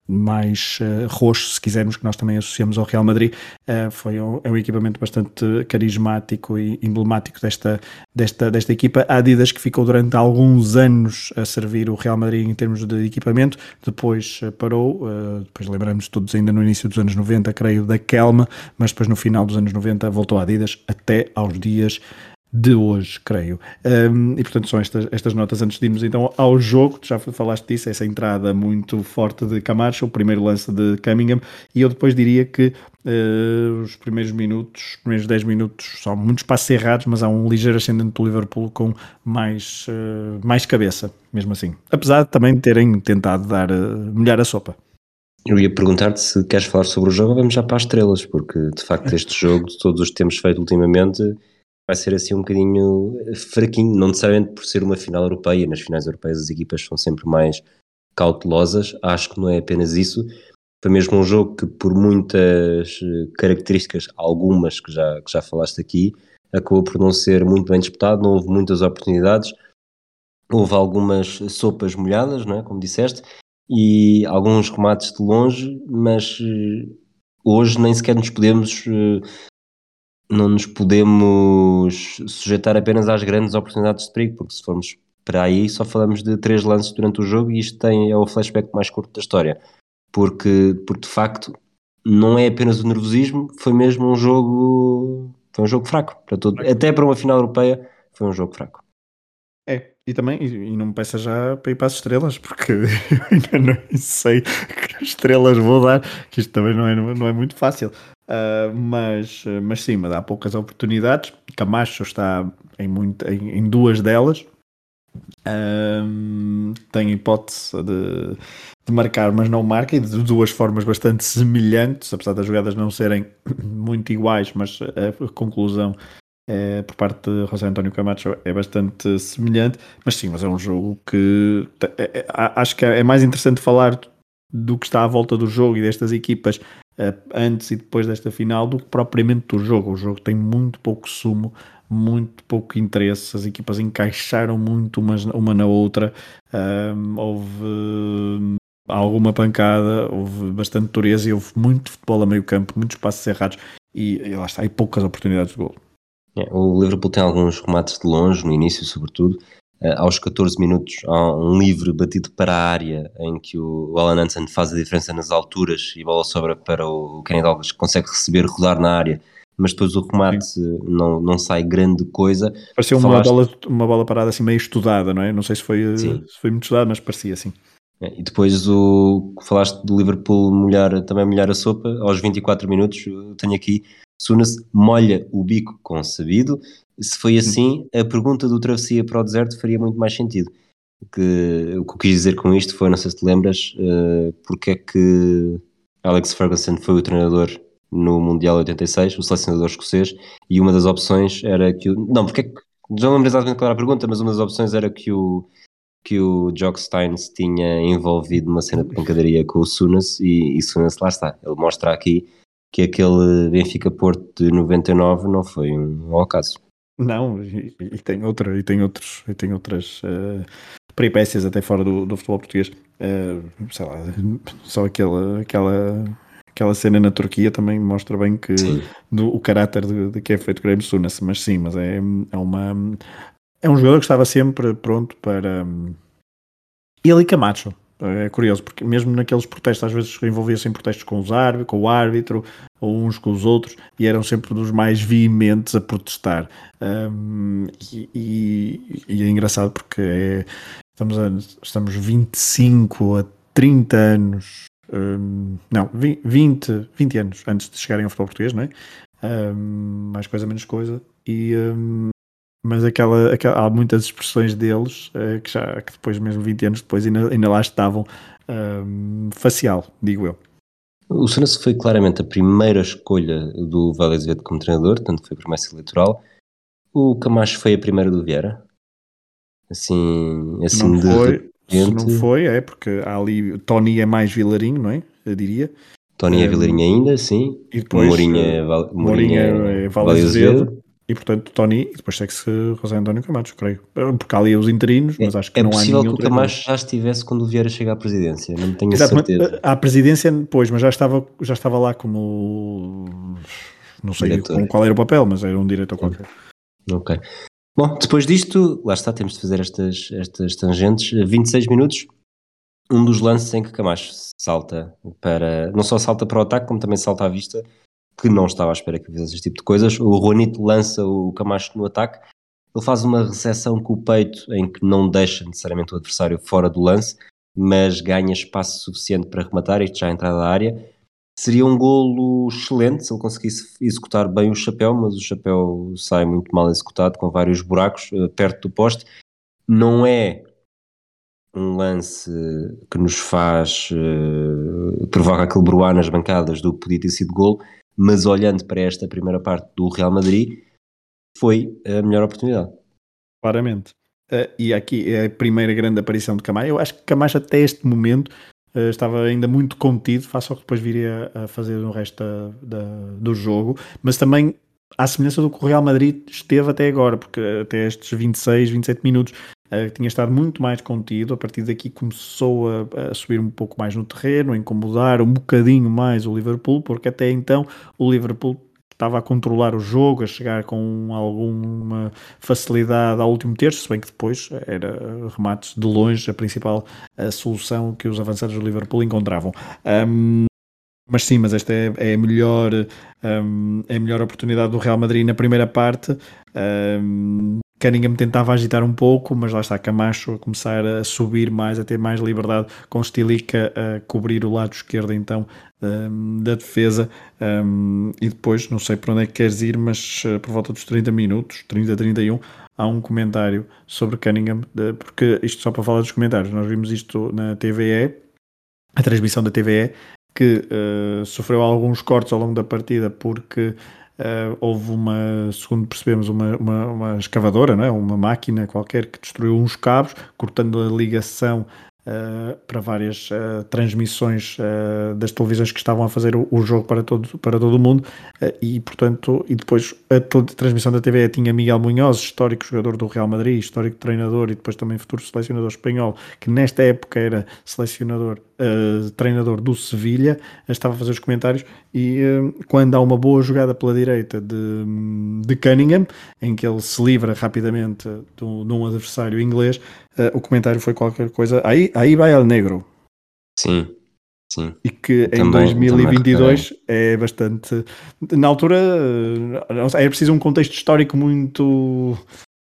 mais uh, roxo, se quisermos, que nós também associamos ao Real Madrid. Uh, foi um, é um equipamento bastante carismático e emblemático desta, desta, desta equipa. A Adidas, que ficou durante alguns anos a servir o Real Madrid em termos de equipamento, depois uh, parou, uh, depois lembramos todos ainda no início dos anos noventa, creio, da Kelma, mas depois no final dos anos noventa voltou a Adidas até aos dias de hoje, creio. Um, e portanto são estas, estas notas antes de irmos então ao jogo. Tu já falaste disso, essa entrada muito forte de Camacho, o primeiro lance de Cunningham, e eu depois diria que uh, os primeiros minutos, os primeiros dez minutos são muitos passos errados, mas há um ligeiro ascendente do Liverpool com mais, uh, mais cabeça, mesmo assim. Apesar de também terem tentado dar, uh, molhar a sopa. Eu ia perguntar-te se queres falar sobre o jogo ou vamos já para as estrelas, porque de facto este jogo, de todos os que temos feito ultimamente, vai ser assim um bocadinho fraquinho, não necessariamente por ser uma final europeia. Nas finais europeias as equipas são sempre mais cautelosas, acho que não é apenas isso, foi mesmo um jogo que por muitas características, algumas que já, que já falaste aqui, acabou por não ser muito bem disputado, não houve muitas oportunidades, houve algumas sopas molhadas, não é? Como disseste, e alguns remates de longe, mas hoje nem sequer nos podemos... não nos podemos sujeitar apenas às grandes oportunidades de perigo, porque se formos para aí só falamos de três lances durante o jogo e isto tem, é o flashback mais curto da história, porque, porque de facto não é apenas o nervosismo, foi mesmo um jogo, foi um jogo fraco, para todo, até para uma final europeia foi um jogo fraco. É, e também, e, e não me peça já para ir para as estrelas, porque eu ainda não sei que estrelas vou dar, que isto também não é, não é muito fácil. Uh, mas, mas sim, mas há poucas oportunidades. Camacho está em, muito, em, em duas delas. Um, tem hipótese de, de marcar, mas não marca, e de duas formas bastante semelhantes, apesar das jogadas não serem muito iguais, mas a conclusão é, por parte de José António Camacho é bastante semelhante. Mas sim, mas é um jogo que é, é, acho que é mais interessante falar do que está à volta do jogo e destas equipas antes e depois desta final do que propriamente do jogo. O jogo tem muito pouco sumo, muito pouco interesse, as equipas encaixaram muito umas, uma na outra, um, houve alguma pancada, houve bastante dureza e houve muito futebol a meio campo, muitos passos errados e, e lá está, e poucas oportunidades de gol. É, o Liverpool tem alguns remates de longe, no início sobretudo. Uh, aos catorze minutos há um livre batido para a área em que o Alan Hansen faz a diferença nas alturas e a bola sobra para o Kenny Dalglish, que consegue receber, rodar na área, mas depois o remate não, não sai grande coisa. Parecia uma, Falaste... bola, uma bola parada assim meio estudada, não é? Não sei se foi, se foi muito estudada, mas parecia assim. É, e depois o falaste do Liverpool molhar, também molhar a sopa, aos vinte e quatro minutos, eu tenho aqui, Souness molha o bico com sabido. Se foi assim, a pergunta do travessia para o deserto faria muito mais sentido. Que, o que eu quis dizer com isto foi, não sei se te lembras, uh, porque é que Alex Ferguson foi o treinador no Mundial oitenta e seis, o selecionador escocês, e uma das opções era que o... Não, porque é que... Já não lembro exatamente qual era a pergunta, mas uma das opções era que o que o Jock Steins tinha envolvido numa cena de pancadaria com o Souness, e, e Souness lá está. Ele mostra aqui que aquele Benfica-Porto de noventa e nove não foi um, um acaso. Não, e, e tem outra, e tem outros, e tem outras uh, peripécias até fora do, do futebol português. Uh, sei lá, só aquela, aquela, aquela cena na Turquia também mostra bem que do, o caráter de, de que é feito Graham Souness, mas sim, mas é, é uma é um jogador que estava sempre pronto para e ali Camacho. É curioso, porque mesmo naqueles protestos, às vezes envolvia-se em protestos com, os árbitro, com o árbitro, ou uns com os outros, e eram sempre dos mais veementes a protestar. Um, e, e, e é engraçado porque é, estamos, a, estamos vinte e cinco a trinta anos, um, não, vinte, vinte anos antes de chegarem ao futebol português, não é? Um, mais coisa, menos coisa, e... Um, mas aquela, aquela, há muitas expressões deles uh, que, já, que depois, mesmo vinte anos depois, ainda, ainda lá estavam um, facial, digo eu. O Souness foi claramente a primeira escolha do Vélez Azevedo como treinador, tanto foi promessa eleitoral. O Camacho foi a primeira do Vieira. Assim, assim não de foi, repente... Se não foi, é porque há ali, Tony é mais Vilarinho, não é? Eu diria. Tony um, é Vilarinho ainda, sim. E depois Mourinho é, Val, Mourinho é, é Vélez Azevedo. E portanto, Tony, e depois segue-se José António Camacho, creio. Porque há ali os interinos, mas acho que É não há possível que nenhum o treinador. Camacho já estivesse quando o Vieira chega à presidência, não tenho a Exatamente. certeza. À presidência, pois, mas já estava, já estava lá como. Não sei Diretor. com qual era o papel, mas era um diretor qualquer. Ok. Bom, depois disto, lá está, temos de fazer estas, estas tangentes. vinte e seis minutos, um dos lances em que Camacho salta para. Não só salta para o ataque, como também salta à vista, que não estava à espera que fizesse este tipo de coisas. O Juanito lança o Camacho no ataque. Ele faz uma recepção com o peito em que não deixa necessariamente o adversário fora do lance, mas ganha espaço suficiente para rematar, isto já à entrada da área. Seria um golo excelente se ele conseguisse executar bem o chapéu, mas o chapéu sai muito mal executado, com vários buracos uh, perto do poste. Não é um lance que nos faz uh, provoca aquele bruar nas bancadas do que podia ter sido golo, mas olhando para esta primeira parte do Real Madrid, foi a melhor oportunidade. Claramente. Uh, e aqui é a primeira grande aparição de Camacho. Eu acho que Camacho até este momento uh, estava ainda muito contido, face ao que depois viria a fazer no resto da, da, do jogo, mas também à semelhança do que o Real Madrid esteve até agora, porque até estes vinte e seis, vinte e sete minutos uh, tinha estado muito mais contido. A partir daqui começou a, a subir um pouco mais no terreno, a incomodar um bocadinho mais o Liverpool, porque até então o Liverpool estava a controlar o jogo, a chegar com alguma facilidade ao último terço, se bem que depois era remates de longe a principal a solução que os avançados do Liverpool encontravam. Um, mas sim, mas esta é, é, a melhor, um, é a melhor oportunidade do Real Madrid na primeira parte. Um, Cunningham tentava agitar um pouco, mas lá está Camacho a começar a subir mais, a ter mais liberdade, com Stilica a cobrir o lado esquerdo então um, da defesa, um, e depois, não sei por onde é que queres ir, mas uh, por volta dos trinta minutos, trinta, trinta e um, há um comentário sobre Cunningham, de, porque isto só para falar dos comentários, nós vimos isto na T V E, a transmissão da T V E, que uh, sofreu alguns cortes ao longo da partida porque uh, houve uma, segundo percebemos, uma, uma, uma escavadora, não é? Uma máquina qualquer que destruiu uns cabos, cortando a ligação uh, para várias uh, transmissões uh, das televisões que estavam a fazer o, o jogo para todo, para todo o mundo, uh, e portanto, e depois a transmissão da T V E tinha Miguel Munhoz, histórico jogador do Real Madrid, histórico treinador e depois também futuro selecionador espanhol, que nesta época era selecionador Uh, treinador do Sevilha, estava a fazer os comentários e uh, quando há uma boa jogada pela direita de, de Cunningham, em que ele se livra rapidamente de um adversário inglês, uh, o comentário foi qualquer coisa, aí, aí vai al negro. Sim, sim. E que Também, em dois mil e vinte e dois também é bastante... Na altura uh, é preciso um contexto histórico muito...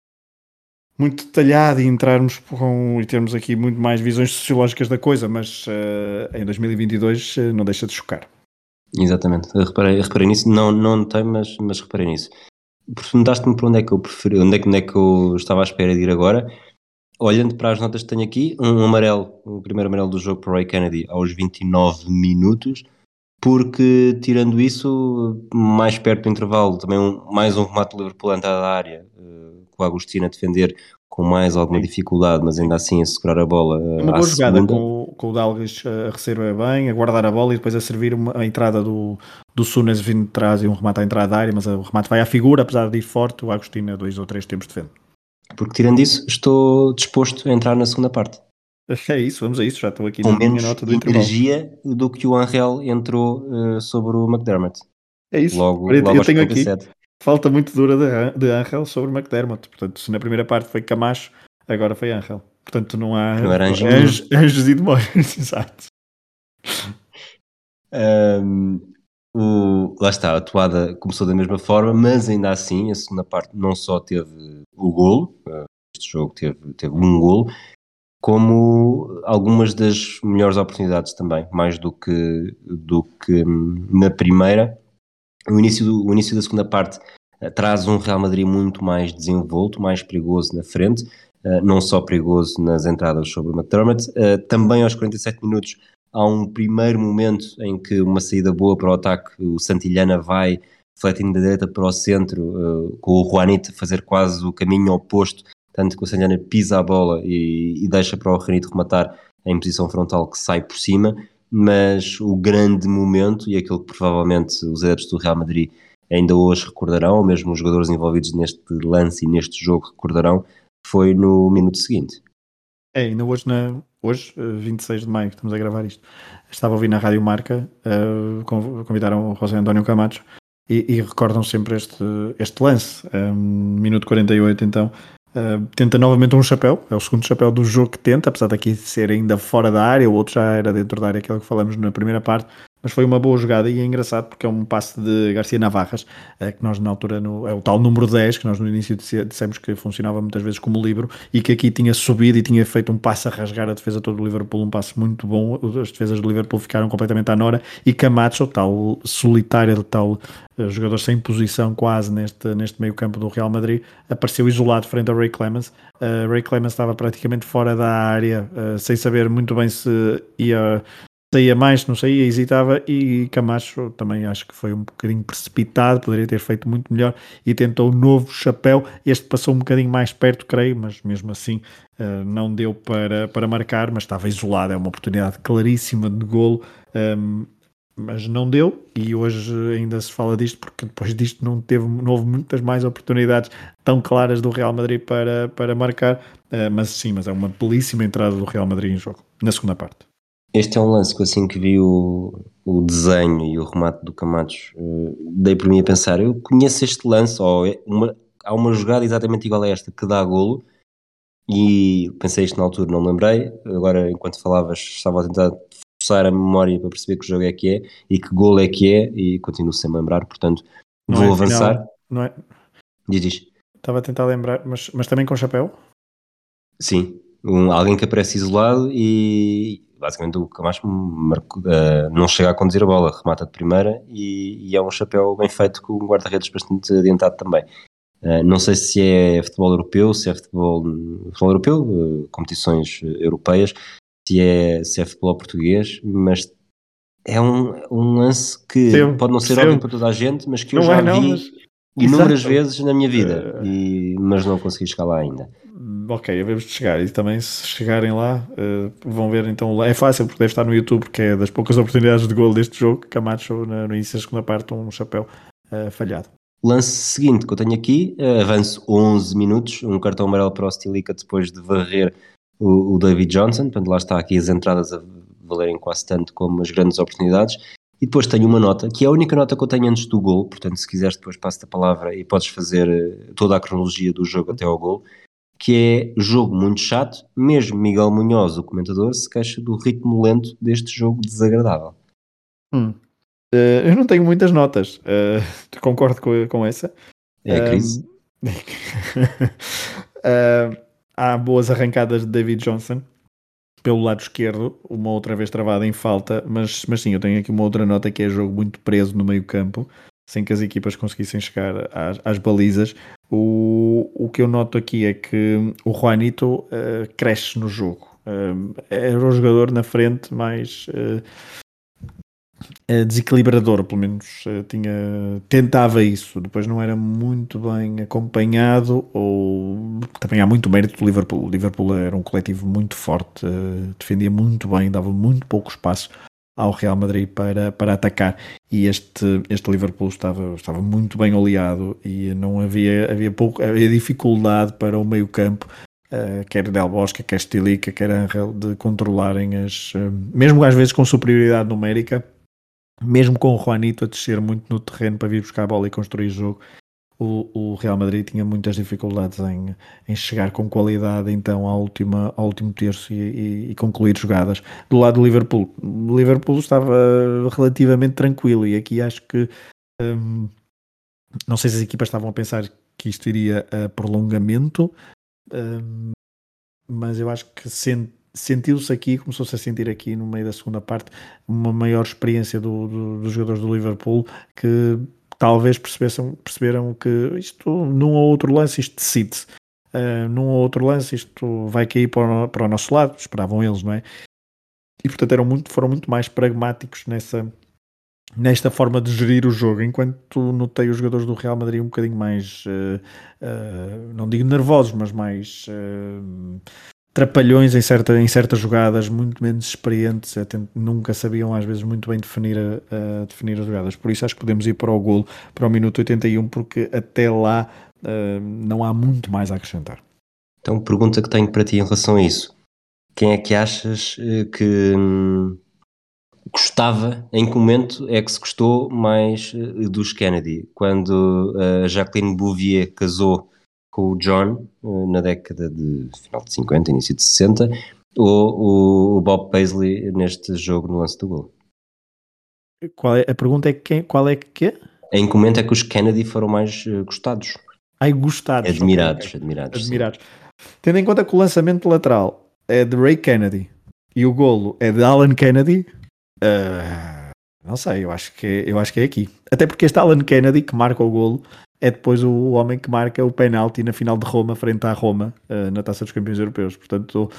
muito detalhado e entrarmos com, e termos aqui muito mais visões sociológicas da coisa, mas uh, em dois mil e vinte e dois uh, não deixa de chocar. Exatamente, eu reparei, eu reparei nisso, não, não notei, mas, mas reparei nisso. Perguntaste-me para onde é que eu preferi, onde é, onde é que eu estava à espera de ir agora. Olhando para as notas que tenho aqui, um amarelo, o primeiro amarelo do jogo para o Ray Kennedy aos vinte e nove minutos, porque tirando isso, mais perto do intervalo, também um, mais um remate do Liverpool à entrada da área, uh, com o Agostinho a defender com mais alguma Sim. dificuldade, mas ainda assim a segurar a bola uh, uma boa à jogada segunda. com, o- com o Dalglish a receber bem, a guardar a bola e depois a servir uma, a entrada do, do Sunas vindo de trás e um remate à entrada da área, mas o remate vai à figura, apesar de ir forte, o Agostinho a dois ou três tempos defende. Porque tirando isso, estou disposto a entrar na segunda parte. É isso, vamos a isso, já estou aqui Com na minha menos nota do intervalo. energia do que o Angel entrou uh, sobre o McDermott. É isso, Logo, eu, logo eu aos tenho quarenta e aqui sete. falta muito dura de, de Angel sobre McDermott, portanto se na primeira parte foi Camacho, agora foi Angel. Portanto, não há Não era anjinho anjos, anjos e demónios, exato. Um, o, lá está, a toada começou da mesma forma, mas ainda assim a segunda parte não só teve o golo, uh, este jogo teve, teve um golo, como algumas das melhores oportunidades também, mais do que, do que hum, na primeira. O início, do, o início da segunda parte uh, traz um Real Madrid muito mais desenvolto, mais perigoso na frente, uh, não só perigoso nas entradas sobre o McDermott, uh, também aos quarenta e sete minutos há um primeiro momento em que uma saída boa para o ataque, o Santillana vai refletindo da direita para o centro, uh, com o Juanito a fazer quase o caminho oposto, tanto que o Santillana pisa a bola e, e deixa para o Juanito rematar em posição frontal que sai por cima, mas o grande momento, e aquilo que provavelmente os adeptos do Real Madrid ainda hoje recordarão, ou mesmo os jogadores envolvidos neste lance e neste jogo recordarão, foi no minuto seguinte. É, ainda hoje, na, hoje, vinte e seis de maio, que estamos a gravar isto, estava a ouvir na Rádio Marca, uh, convidaram o José António Camacho e, e recordam sempre este, este lance, um, minuto quarenta e oito então, uh, tenta novamente um chapéu, é o segundo chapéu do jogo que tenta, apesar daqui ser ainda fora da área, o outro já era dentro da área, aquilo que falamos na primeira parte, mas foi uma boa jogada e é engraçado porque é um passe de Garcia Navarras, que nós na altura, no, é o tal número dez, que nós no início dissemos que funcionava muitas vezes como livro e que aqui tinha subido e tinha feito um passe a rasgar a defesa toda do Liverpool, um passe muito bom, as defesas do Liverpool ficaram completamente à nora e Camacho, tal solitário, tal uh, jogador sem posição quase neste, neste meio campo do Real Madrid, apareceu isolado frente a Ray Clemens. Uh, Ray Clemens estava praticamente fora da área, uh, sem saber muito bem se ia... saía mais, não saía, hesitava e Camacho também acho que foi um bocadinho precipitado, poderia ter feito muito melhor e tentou um novo chapéu, este passou um bocadinho mais perto, creio, mas mesmo assim uh, não deu para, para marcar, mas estava isolado, é uma oportunidade claríssima de golo, um, mas não deu e hoje ainda se fala disto porque depois disto não, teve, não houve muitas mais oportunidades tão claras do Real Madrid para, para marcar, uh, mas sim, mas é uma belíssima entrada do Real Madrid em jogo, na segunda parte. Este é um lance que assim que vi o, o desenho e o remate do Camacho, uh, dei por mim a pensar, eu conheço este lance, ou é uma, há uma jogada exatamente igual a esta que dá golo, e pensei isto na altura, não me lembrei, agora enquanto falavas estava a tentar forçar a memória para perceber que jogo é que é, e que golo é que é, e continuo sem me lembrar, portanto Não vou é avançar. Final, não é? Diz, diz. Estava a tentar lembrar, mas, mas também com chapéu? Sim, um, alguém que aparece isolado e basicamente o Camacho marcou, uh, não chega a conduzir a bola, remata de primeira e, e é um chapéu bem feito com um guarda-redes bastante adiantado também. Uh, não sei se é futebol europeu, se é futebol, futebol europeu, uh, competições europeias, se é, se é futebol português, mas é um, um lance que Percebo, pode não ser percebo. óbvio para toda a gente, mas que eu Não já é não, vi mas... inúmeras Exato. vezes na minha vida, Uh, e, mas não consegui chegar lá ainda. Ok, devemos de chegar e também se chegarem lá uh, vão ver então, é fácil porque deve estar no YouTube porque é das poucas oportunidades de gol deste jogo, Camacho no, no início da segunda parte um chapéu uh, falhado. Lance seguinte que eu tenho aqui, uh, avanço onze minutos, um cartão amarelo para o Stilica depois de varrer o, o David Johnson, portanto lá está aqui as entradas a valerem quase tanto como as grandes oportunidades, e depois tenho uma nota, que é a única nota que eu tenho antes do gol, portanto se quiseres depois passo-te a palavra e podes fazer uh, toda a cronologia do jogo até ao gol, que é jogo muito chato, mesmo Miguel Munhoz, o comentador, se queixa do ritmo lento deste jogo desagradável. Hum. Uh, eu não tenho muitas notas, uh, concordo com, com essa. É a crise. Um, uh, há boas arrancadas de David Johnson pelo lado esquerdo, uma outra vez travada em falta, mas, mas sim, eu tenho aqui uma outra nota que é jogo muito preso no meio campo, sem que as equipas conseguissem chegar às, às balizas. O, o que eu noto aqui é que o Juanito uh, cresce no jogo. Uh, era o jogador na frente mais... Uh, desequilibrador, pelo menos tinha, tentava isso, depois não era muito bem acompanhado, ou também há muito mérito do Liverpool. O Liverpool era um coletivo muito forte, defendia muito bem, dava muito pouco espaço ao Real Madrid para, para atacar, e este, este Liverpool estava, estava muito bem oleado e não havia, havia, pouco, havia dificuldade para o meio campo, Uh, quer Del Bosque, quer Stilica, quer Angel, de controlarem as, uh, mesmo às vezes com superioridade numérica, mesmo com o Juanito a descer muito no terreno para vir buscar a bola e construir jogo, o, o Real Madrid tinha muitas dificuldades em, em chegar com qualidade então à última, ao último terço e, e, e concluir jogadas. Do lado do Liverpool, o Liverpool estava relativamente tranquilo e aqui acho que um, não sei se as equipas estavam a pensar que isto iria a prolongamento, um, mas eu acho que sent, sentiu-se aqui, começou-se a sentir aqui no meio da segunda parte uma maior experiência do, do, dos jogadores do Liverpool, que talvez perceberam, perceberam que isto num ou outro lance isto decide-se, uh, num ou outro lance isto vai cair para o, para o nosso lado, esperavam eles, não é? E portanto eram muito, foram muito mais pragmáticos nessa, nesta forma de gerir o jogo, enquanto notei os jogadores do Real Madrid um bocadinho mais uh, uh, não digo nervosos, mas mais uh, trapalhões em, certa, em certas jogadas, muito menos experientes, até nunca sabiam às vezes muito bem definir, a, a definir as jogadas. Por isso acho que podemos ir para o golo, para o minuto oitenta e um, porque até lá uh, não há muito mais a acrescentar. Então, pergunta que tenho para ti em relação a isso. Quem é que achas que hum, gostava, em que momento é que se gostou mais uh, dos Kennedy? Quando a uh, Jacqueline Bouvier casou com o John, uh, na década de final de cinquenta, início de sessenta, ou o, o Bob Paisley neste jogo no lance do gol? Qual é, a pergunta é quem, qual é que é? Em que momento é que os Kennedy foram mais uh, gostados? Ai, gostados. Admirados, okay, okay. admirados, admirados. Tendo em conta que o lançamento lateral é de Ray Kennedy e o golo é de Alan Kennedy, uh, não sei, eu acho, que é, eu acho que é aqui. Até porque este Alan Kennedy que marca o golo é depois o homem que marca o penalti na final de Roma, frente à Roma, uh, na Taça dos Campeões Europeus. Portanto,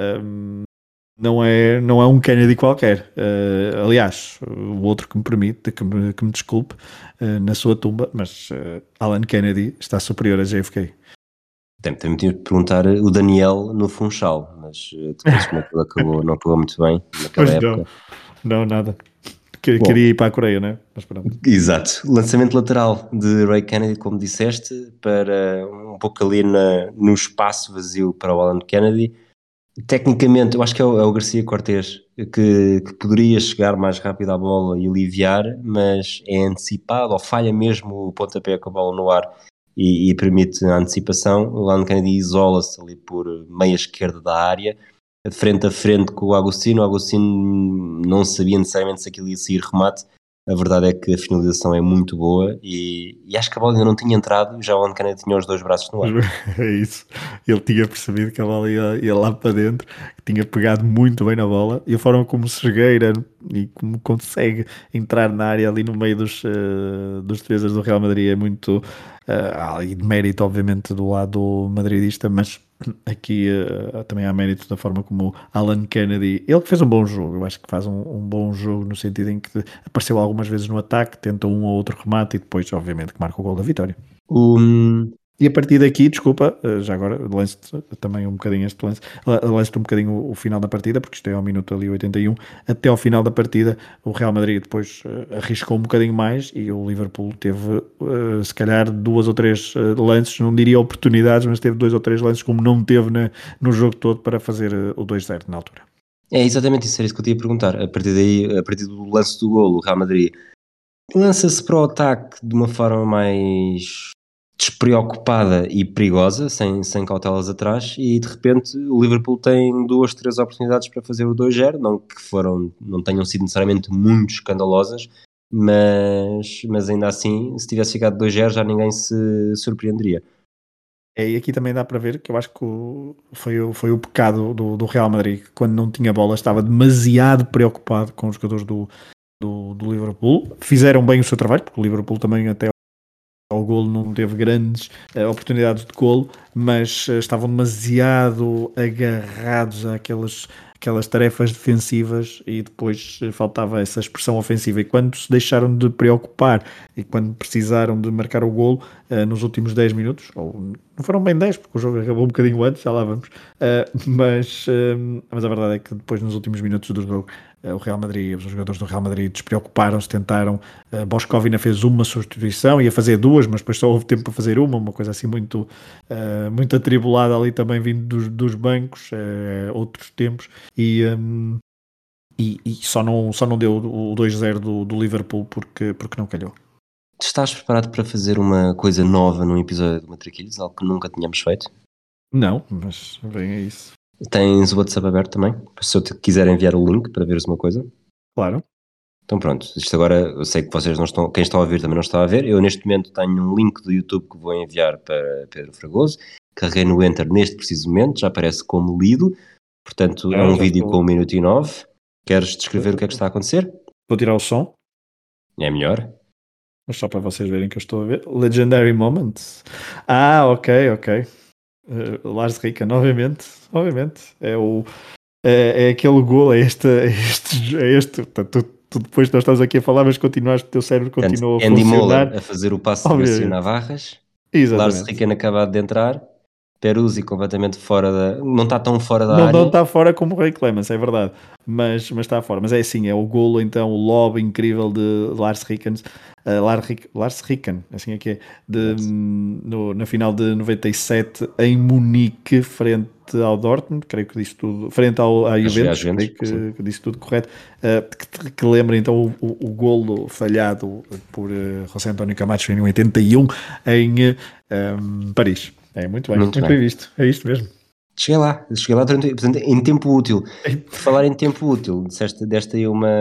um, não, é, não é um Kennedy qualquer. Uh, aliás, o outro que me permite, que me, que me desculpe, uh, na sua tumba, mas uh, Alan Kennedy está superior a J F K. Também tinha de perguntar o Daniel no Funchal, mas depois como aquilo acabou, não acabou muito bem naquela Mas época. Não, não nada. Queria ir para a Coreia, não é? Mas pronto. Exato. Lançamento lateral de Ray Kennedy, como disseste, para um pouco ali na, no espaço vazio para o Alan Kennedy. Tecnicamente, eu acho que é o, é o Garcia Cortés que, que poderia chegar mais rápido à bola e aliviar, mas é antecipado, ou falha mesmo o pontapé com a bola no ar e, e permite a antecipação. O Alan Kennedy isola-se ali por meia esquerda da área, frente a frente com o Agostinho. O Agostinho não sabia necessariamente se aquilo ia sair remate. A verdade é que a finalização é muito boa e, e acho que a bola ainda não tinha entrado e já o Alan Kennedy tinha os dois braços no ar. É isso. Ele tinha percebido que a bola ia, ia lá para dentro, que tinha pegado muito bem na bola e a forma como se esgueira e como consegue entrar na área ali no meio dos, uh, dos defesas do Real Madrid é muito uh, e de mérito obviamente do lado madridista, mas aqui uh, também há mérito da forma como Alan Kennedy, ele que fez um bom jogo, eu acho que faz um, um bom jogo no sentido em que apareceu algumas vezes no ataque, tenta um ou outro remate e depois obviamente que marca o gol da vitória. Um... E a partir daqui, desculpa, já agora lance-te também um bocadinho este lance, lance-te um bocadinho o, o final da partida, porque isto é ao minuto ali oitenta e um, até ao final da partida o Real Madrid depois uh, arriscou um bocadinho mais e o Liverpool teve uh, se calhar duas ou três uh, lances, não diria oportunidades, mas teve dois ou três lances como não teve na, no jogo todo para fazer uh, o dois zero na altura. É exatamente isso, era isso que eu te ia perguntar. A partir daí, a partir do lance do golo, o Real Madrid lança-se para o ataque de uma forma mais despreocupada e perigosa, sem, sem cautelas atrás, e de repente o Liverpool tem duas, três oportunidades para fazer o dois zero, não que foram, não tenham sido necessariamente muito escandalosas, mas, mas ainda assim, se tivesse ficado dois zero já ninguém se surpreenderia. É, e aqui também dá para ver que eu acho que o, foi, o, foi o pecado do, do Real Madrid, que quando não tinha bola estava demasiado preocupado com os jogadores do, do, do Liverpool. Fizeram bem o seu trabalho, porque o Liverpool também até ao golo não teve grandes uh, oportunidades de golo, mas uh, estavam demasiado agarrados àquelas aquelas tarefas defensivas e depois uh, faltava essa expressão ofensiva, e quando se deixaram de preocupar e quando precisaram de marcar o golo uh, nos últimos dez minutos, ou não foram bem dez porque o jogo acabou um bocadinho antes, já lá vamos, uh, mas, uh, mas a verdade é que depois nos últimos minutos do jogo o Real Madrid, os jogadores do Real Madrid despreocuparam-se, tentaram, uh, Boscovina fez uma substituição, ia fazer duas, mas depois só houve tempo para fazer uma, uma coisa assim muito, uh, muito atribulada ali também vindo dos, dos bancos, uh, outros tempos, e, um, e, e só, não, só não deu o dois zero do, do Liverpool porque, porque não calhou. Estás preparado para fazer uma coisa nova num episódio do Matraquilhos, algo que nunca tínhamos feito? Não, mas bem é isso. Tens o WhatsApp aberto também? Se eu te quiser enviar o link para veres uma coisa. Claro. Então pronto, isto agora, eu sei que vocês não estão, quem está a ouvir também não está a ver. Eu neste momento tenho um link do YouTube que vou enviar para Pedro Fragoso. Carreguei no Enter neste preciso momento, já aparece como lido. Portanto, é um vídeo estou... com um minuto e nove. Queres descrever o que é que está a acontecer? Vou tirar o som. É melhor. Mas só para vocês verem que eu estou a ver. Legendary Moments. Ah, ok, ok. Uh, Lars Rica, obviamente, obviamente, é o é, é aquele gol, é este, é este, é este portanto, tu, tu depois nós estás aqui a falar, mas continuaste, o teu cérebro continua a Andy funcionar. Moller a fazer o passe de Messi Navarras, Lars Rica acabado de entrar Peruzzi completamente fora da... Não está tão fora da não, área. Não está fora como o Ray Clemens, é verdade. Mas, mas está fora. Mas é assim, é o golo, então, o lob incrível de Lars Rickens. Uh, Lars, Rick, Lars Ricken, assim é que é. De, no, na final de noventa e sete em Munique, frente ao Dortmund, creio que disse tudo. Frente ao, à Juventus, Juventus, creio que, que disse tudo correto. Uh, que, que lembra então o, o, o golo falhado por uh, José António Camacho em oitenta e um em uh, um, Paris. É muito bem, muito, muito bem. bem visto. É isto mesmo. Cheguei lá, cheguei lá durante, portanto, em tempo útil. Por falar em tempo útil, disseste, deste aí uma,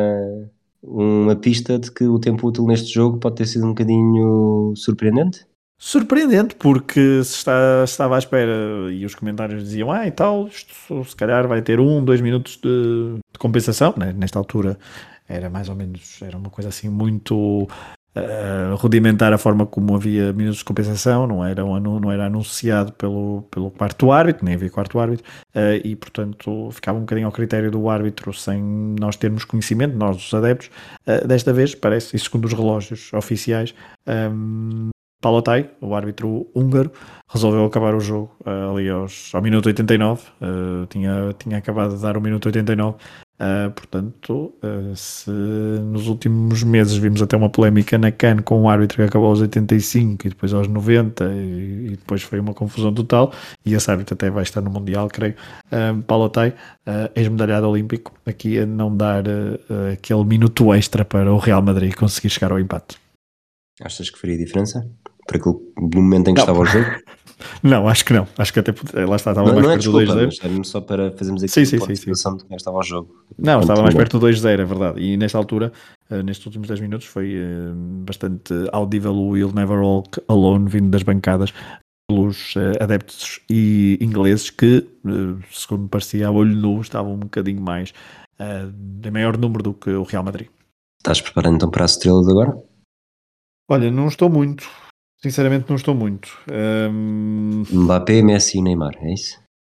uma pista de que o tempo útil neste jogo pode ter sido um bocadinho surpreendente? Surpreendente, porque se, está, se estava à espera e os comentários diziam, ah, e tal, isto se calhar vai ter um, dois minutos de, de compensação, né? Nesta altura era mais ou menos, era uma coisa assim muito uh, rudimentar a forma como havia minutos de compensação, não era, um, não era anunciado pelo, pelo quarto árbitro, nem havia quarto árbitro, uh, e portanto ficava um bocadinho ao critério do árbitro sem nós termos conhecimento, nós os adeptos. Uh, desta vez, parece, e segundo os relógios oficiais, um, Palotai, o árbitro húngaro, resolveu acabar o jogo uh, ali aos, ao minuto oitenta e nove, uh, tinha, tinha acabado de dar o minuto oitenta e nove, uh, portanto, uh, se nos últimos meses vimos até uma polémica na C A N com o árbitro que acabou aos oitenta e cinco e depois aos noventa e, e depois foi uma confusão total, e esse árbitro até vai estar no Mundial, creio, uh, Palotai, uh, ex-medalhado olímpico, aqui a não dar uh, uh, aquele minuto extra para o Real Madrid conseguir chegar ao empate. Achas que faria diferença? Para aquele momento em que não. Estava o jogo? Não, acho que não. Acho que até lá está, estava não, mais não perto é desculpa, do dois zero. Mas era só para fazermos aqui sim, uma sim, sim, situação de como estava o jogo. Não, estava mais perto do dois zero, é verdade. E nesta altura, uh, nestes últimos dez minutos, foi uh, bastante audível o We'll Never Walk Alone vindo das bancadas pelos uh, adeptos e ingleses que, uh, segundo me parecia, a olho nu, estavam um bocadinho mais uh, em maior número do que o Real Madrid. Estás preparando então para as estrelas agora? Olha, não estou muito. Sinceramente não estou muito. Um... Mbappé, Messi e Neymar, é isso?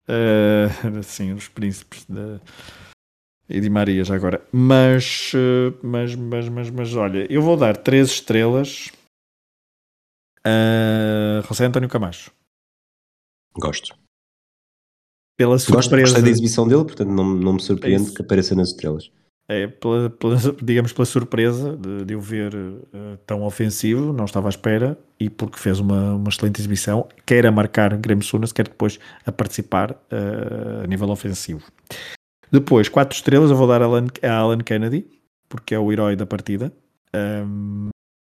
Uh, sim, os príncipes de... e Di Maria já agora. Mas, mas, mas, mas, mas, olha, eu vou dar três estrelas a José António Camacho. Gosto. Pela surpresa. Gosto, gostei da exibição dele, portanto não, não me surpreende é que apareça nas estrelas. É, pela, pela, digamos pela surpresa de, de o ver uh, tão ofensivo, não estava à espera, e porque fez uma, uma excelente exibição, quer a marcar Graham Souness, quer depois a participar uh, a nível ofensivo. Depois, quatro estrelas eu vou dar a Alan, a Alan Kennedy, porque é o herói da partida, um,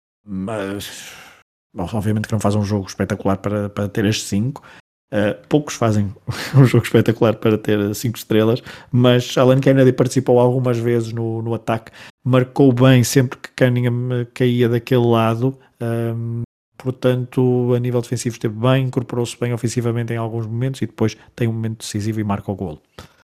mas bom, obviamente que não faz um jogo espetacular para, para ter as cinco. Uh, poucos fazem um jogo espetacular para ter cinco estrelas, mas Alan Kennedy participou algumas vezes no, no ataque, marcou bem sempre que Cunningham caía daquele lado, um, portanto a nível defensivo esteve bem, incorporou-se bem ofensivamente em alguns momentos e depois tem um momento decisivo e marca o golo.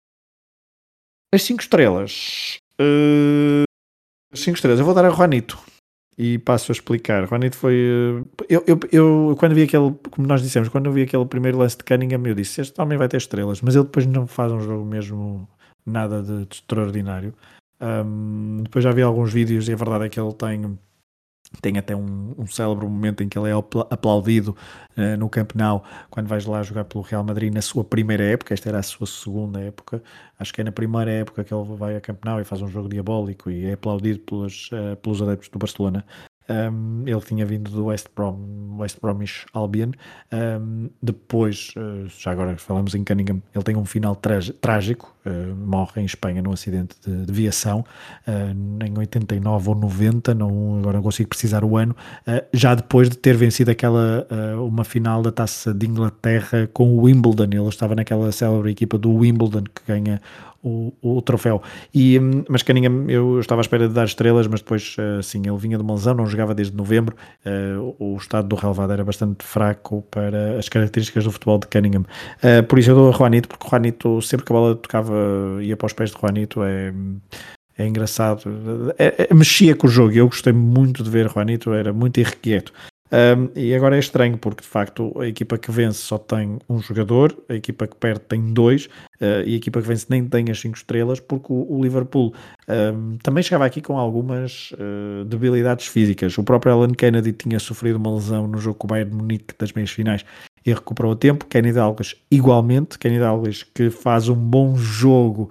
As cinco estrelas uh, as cinco estrelas eu vou dar a Juanito. E passo a explicar. Juanito foi... Eu, eu, eu, quando vi aquele... Como nós dissemos, quando eu vi aquele primeiro lance de Cunningham, eu disse, este homem vai ter estrelas. Mas ele depois não faz um jogo mesmo nada de, de extraordinário. Um, depois já vi alguns vídeos e a verdade é que ele tem... Tem até um, um célebre momento em que ele é aplaudido uh, no Camp Nou, quando vais lá jogar pelo Real Madrid na sua primeira época. Esta era a sua segunda época. Acho que é na primeira época que ele vai a Camp Nou e faz um jogo diabólico e é aplaudido pelos, uh, pelos adeptos do Barcelona. Um, ele tinha vindo do West, Brom, West Bromwich Albion. Um, depois, uh, já agora falamos em Cunningham, ele tem um final trágico, uh, morre em Espanha num acidente de, de viação, uh, em oitenta e nove ou noventa, não, agora não consigo precisar o ano, uh, já depois de ter vencido aquela, uh, uma final da Taça de Inglaterra com o Wimbledon. Ele estava naquela célebre equipa do Wimbledon que ganha O, o troféu. E, mas Cunningham, eu estava à espera de dar estrelas, mas depois, sim, ele vinha de uma lesão, não jogava desde novembro. Uh, o estado do relevado era bastante fraco para as características do futebol de Cunningham. Uh, por isso eu dou a Juanito, porque o Juanito, sempre que a bola tocava, ia para os pés de Juanito, é, é engraçado. É, é, mexia com o jogo. Eu gostei muito de ver Juanito, era muito irrequieto. Um, e agora é estranho porque de facto a equipa que vence só tem um jogador, a equipa que perde tem dois, uh, e a equipa que vence nem tem as cinco estrelas, porque o, o Liverpool um, também chegava aqui com algumas uh, debilidades físicas. O próprio Alan Kennedy tinha sofrido uma lesão no jogo com o Bayern de Munique das meias finais e recuperou a tempo. Kenny Dalglish igualmente, Kenny Dalglish que faz um bom jogo,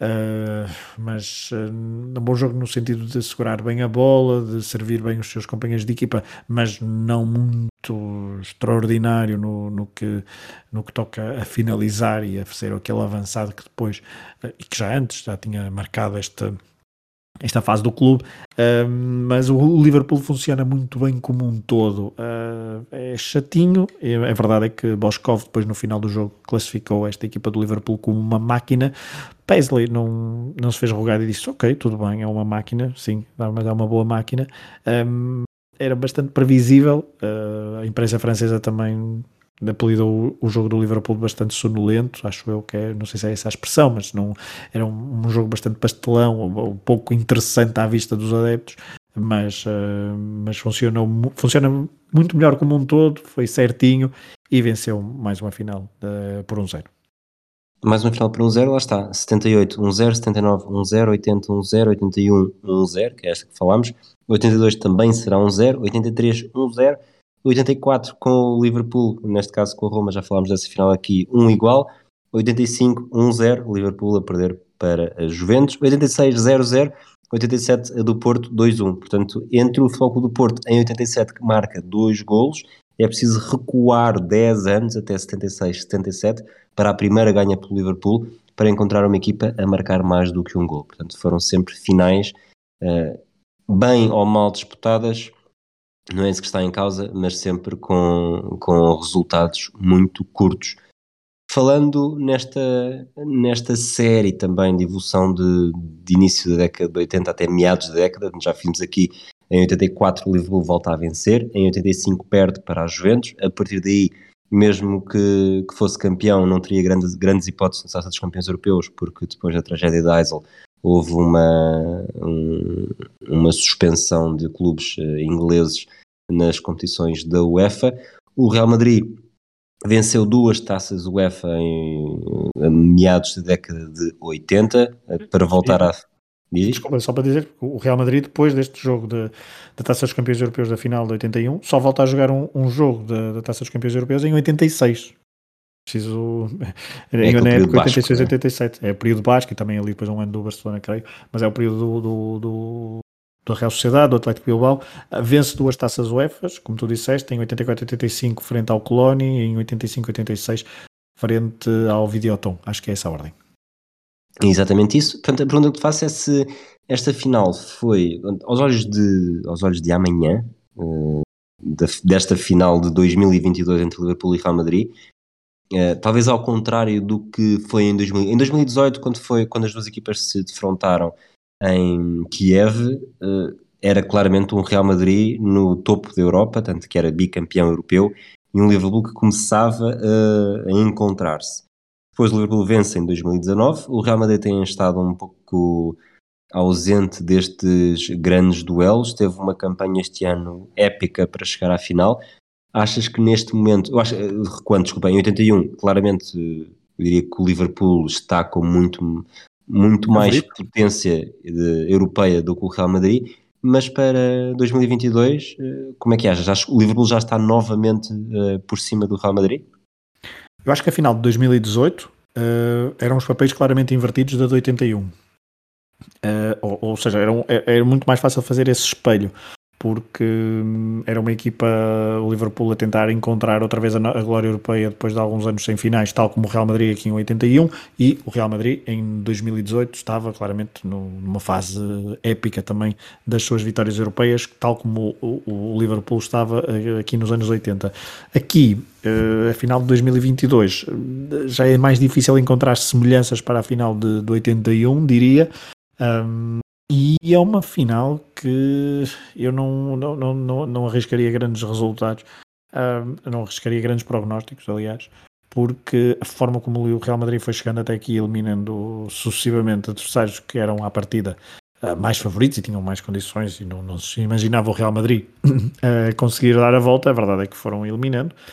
uh, mas uh, um bom jogo no sentido de segurar bem a bola, de servir bem os seus companheiros de equipa, mas não muito extraordinário no, no, que, no que toca a finalizar e a ser aquele avançado que depois, uh, e que já antes já tinha marcado esta esta fase do clube, uh, mas o Liverpool funciona muito bem como um todo. Uh, é chatinho, é, a verdade é que Boskov depois no final do jogo classificou esta equipa do Liverpool como uma máquina. Paisley não, não se fez rogar e disse, ok, tudo bem, é uma máquina, sim, mas é uma boa máquina. Um, era bastante previsível, uh, a imprensa francesa também apelidou o jogo do Liverpool bastante sonolento, acho eu que é, não sei se é essa a expressão, mas não, era um, um jogo bastante pastelão, um, um pouco interessante à vista dos adeptos, mas, uh, mas funcionou, funciona muito melhor como um todo, foi certinho e venceu mais uma final uh, por um zero. Mais uma final por um zero, lá está, setenta e oito, um zero, setenta e nove, um zero, oitenta, um zero, oitenta e um, um zero, que é esta que falámos, oitenta e dois também será um zero, oitenta e três, um zero, oitenta e quatro com o Liverpool, neste caso com a Roma, já falámos dessa final aqui, um igual, oitenta e cinco, um zero, Liverpool a perder para a Juventus, oitenta e seis, zero zero, oitenta e sete a do Porto, dois um, portanto, entre o Futebol Clube do Porto em oitenta e sete que marca dois golos, é preciso recuar dez anos até setenta e seis, setenta e sete para a primeira ganha pelo Liverpool, para encontrar uma equipa a marcar mais do que um gol. Portanto, foram sempre finais uh, bem ou mal disputadas, não é isso que está em causa, mas sempre com, com resultados muito curtos. Falando nesta, nesta série também de evolução de, de início da década de oitenta até meados da década, já vimos aqui em oitenta e quatro o Liverpool volta a vencer, em oitenta e cinco perde para a Juventus, a partir daí, mesmo que, que fosse campeão, não teria grandes, grandes hipóteses na Taça dos Campeões Europeus, porque depois da tragédia de Heysel houve uma, um, uma suspensão de clubes ingleses nas competições da UEFA. O Real Madrid venceu duas taças UEFA em, em meados da década de oitenta, para voltar a... Diz? Desculpa, só para dizer que o Real Madrid, depois deste jogo da Taça dos Campeões Europeus da final de oitenta e um, só volta a jogar um, um jogo da Taça dos Campeões Europeus em oitenta e seis. Preciso... É na época oitenta e seis, oitenta e sete. É o período basco e também ali depois um ano do Barcelona, creio. Mas é o período do, do, do, do Real Sociedade, do Atlético Bilbao. Vence duas taças UEFA, como tu disseste, em oitenta e quatro, oitenta e cinco frente ao Colónia e em oitenta e cinco, oitenta e seis frente ao Videoton. Acho que é essa a ordem. Exatamente isso. Portanto, a pergunta que te faço é se esta final foi, aos olhos de, aos olhos de amanhã, uh, da, desta final de dois mil e vinte e dois entre Liverpool e Real Madrid, uh, talvez ao contrário do que foi em, dois mil, em dois mil e dezoito, quando, foi, quando as duas equipas se defrontaram em Kiev, uh, era claramente um Real Madrid no topo da Europa, tanto que era bicampeão europeu, e um Liverpool que começava uh, a encontrar-se. Depois o Liverpool vence em dois mil e dezanove, o Real Madrid tem estado um pouco ausente destes grandes duelos, teve uma campanha este ano épica para chegar à final. Achas que neste momento, eu acho, recuando, desculpa, em oitenta e um, claramente eu diria que o Liverpool está com muito, muito mais potência de, europeia do que o Real Madrid, mas para dois mil e vinte e dois, como é que achas? Acho que o Liverpool já está novamente uh, por cima do Real Madrid? Eu acho que a final de dois mil e dezoito uh, eram os papéis claramente invertidos da de oitenta e um. Uh, ou, ou seja, era, um, era muito mais fácil fazer esse espelho, porque hum, era uma equipa, o Liverpool, a tentar encontrar outra vez a, a glória europeia depois de alguns anos sem finais, tal como o Real Madrid aqui em oitenta e um, e o Real Madrid em dois mil e dezoito estava claramente no, numa fase épica também das suas vitórias europeias, tal como o, o, o Liverpool estava aqui nos anos oitenta. Aqui, uh, a final de dois mil e vinte e dois, já é mais difícil encontrar semelhanças para a final de, de oitenta e um, diria. Um, E é uma final que eu não, não, não, não, não arriscaria grandes resultados, uh, não arriscaria grandes prognósticos, aliás, porque a forma como o Real Madrid foi chegando até aqui, eliminando sucessivamente adversários que eram à partida uh, mais favoritos e tinham mais condições, e não, não se imaginava o Real Madrid uh, conseguir dar a volta. A verdade é que foram eliminando.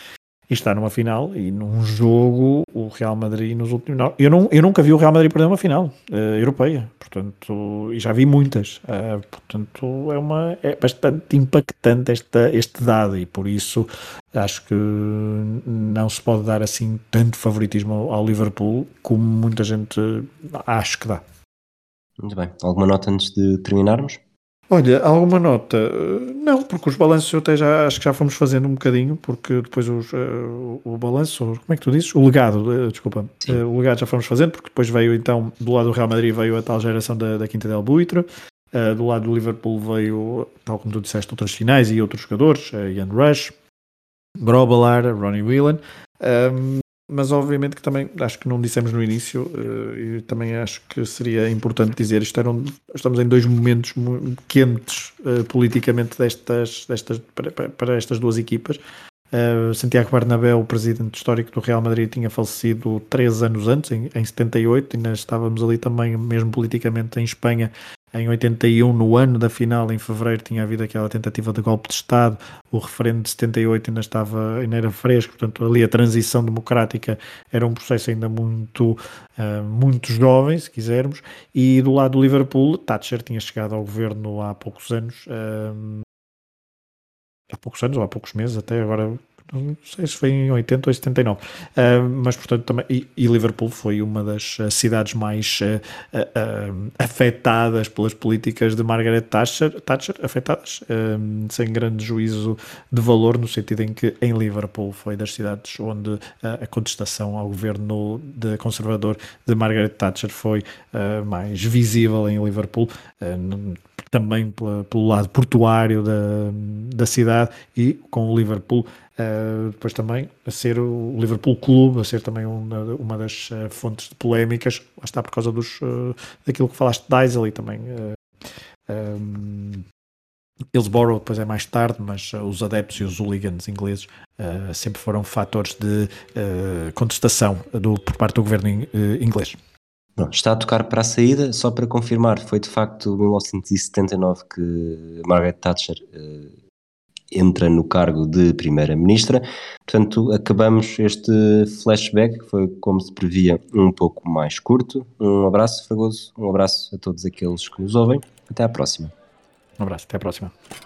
e está numa final e num jogo o Real Madrid nos últimos... Não, eu, não, eu nunca vi o Real Madrid perder uma final uh, europeia, portanto, e já vi muitas, uh, portanto é, uma, é bastante impactante esta, este dado e por isso acho que não se pode dar assim tanto favoritismo ao, ao Liverpool como muita gente acha que dá. Muito bem. Alguma nota antes de terminarmos? Olha, alguma nota? Não, porque os balanços eu até já acho que já fomos fazendo um bocadinho, porque depois os, uh, o balanço, como é que tu dizes? O legado, uh, desculpa, uh, o legado já fomos fazendo, porque depois veio então, do lado do Real Madrid veio a tal geração da, da Quinta del Buitre, uh, do lado do Liverpool veio, tal como tu disseste, outras finais e outros jogadores, uh, Ian Rush, Grobbelaar, Ronnie Whelan, um, mas obviamente que também acho que não dissemos no início uh, e também acho que seria importante dizer isto era um, estamos em dois momentos muito quentes uh, politicamente destas, destas, para, para estas duas equipas. uh, Santiago Bernabéu, o presidente histórico do Real Madrid, tinha falecido três anos antes, em, em setenta e oito, ainda estávamos ali também mesmo politicamente em Espanha. Em oitenta e um, no ano da final, em fevereiro, tinha havido aquela tentativa de golpe de Estado, o referendo de setenta e oito ainda, estava, ainda era fresco, portanto ali a transição democrática era um processo ainda muito, uh, muito jovem, se quisermos, e do lado do Liverpool, Thatcher tinha chegado ao governo há poucos anos, uh, há poucos anos ou há poucos meses, até agora... não sei se foi em oitenta ou setenta e nove, uh, mas portanto também, e, e Liverpool foi uma das uh, cidades mais uh, uh, uh, afetadas pelas políticas de Margaret Thatcher, Thatcher afetadas, uh, sem grande juízo de valor, no sentido em que em Liverpool foi das cidades onde uh, a contestação ao governo de conservador de Margaret Thatcher foi uh, mais visível em Liverpool, uh, também pela, pelo lado portuário da, da cidade e com o Liverpool Uh, depois também a ser o Liverpool Clube, a ser também uma, uma das uh, fontes de polémicas, lá está por causa dos, uh, daquilo que falaste de Diesel e também uh, um, Hillsborough depois é mais tarde, mas uh, os adeptos e os hooligans ingleses uh, sempre foram fatores de uh, contestação do, por parte do governo in, uh, inglês. Não, está a tocar para a saída, só para confirmar, foi de facto mil novecentos e setenta e nove que Margaret Thatcher uh, entra no cargo de Primeira-Ministra. Portanto, acabamos este flashback, que foi, como se previa, um pouco mais curto. Um abraço, Fragoso, um abraço a todos aqueles que nos ouvem. Até à próxima. Um abraço, até à próxima.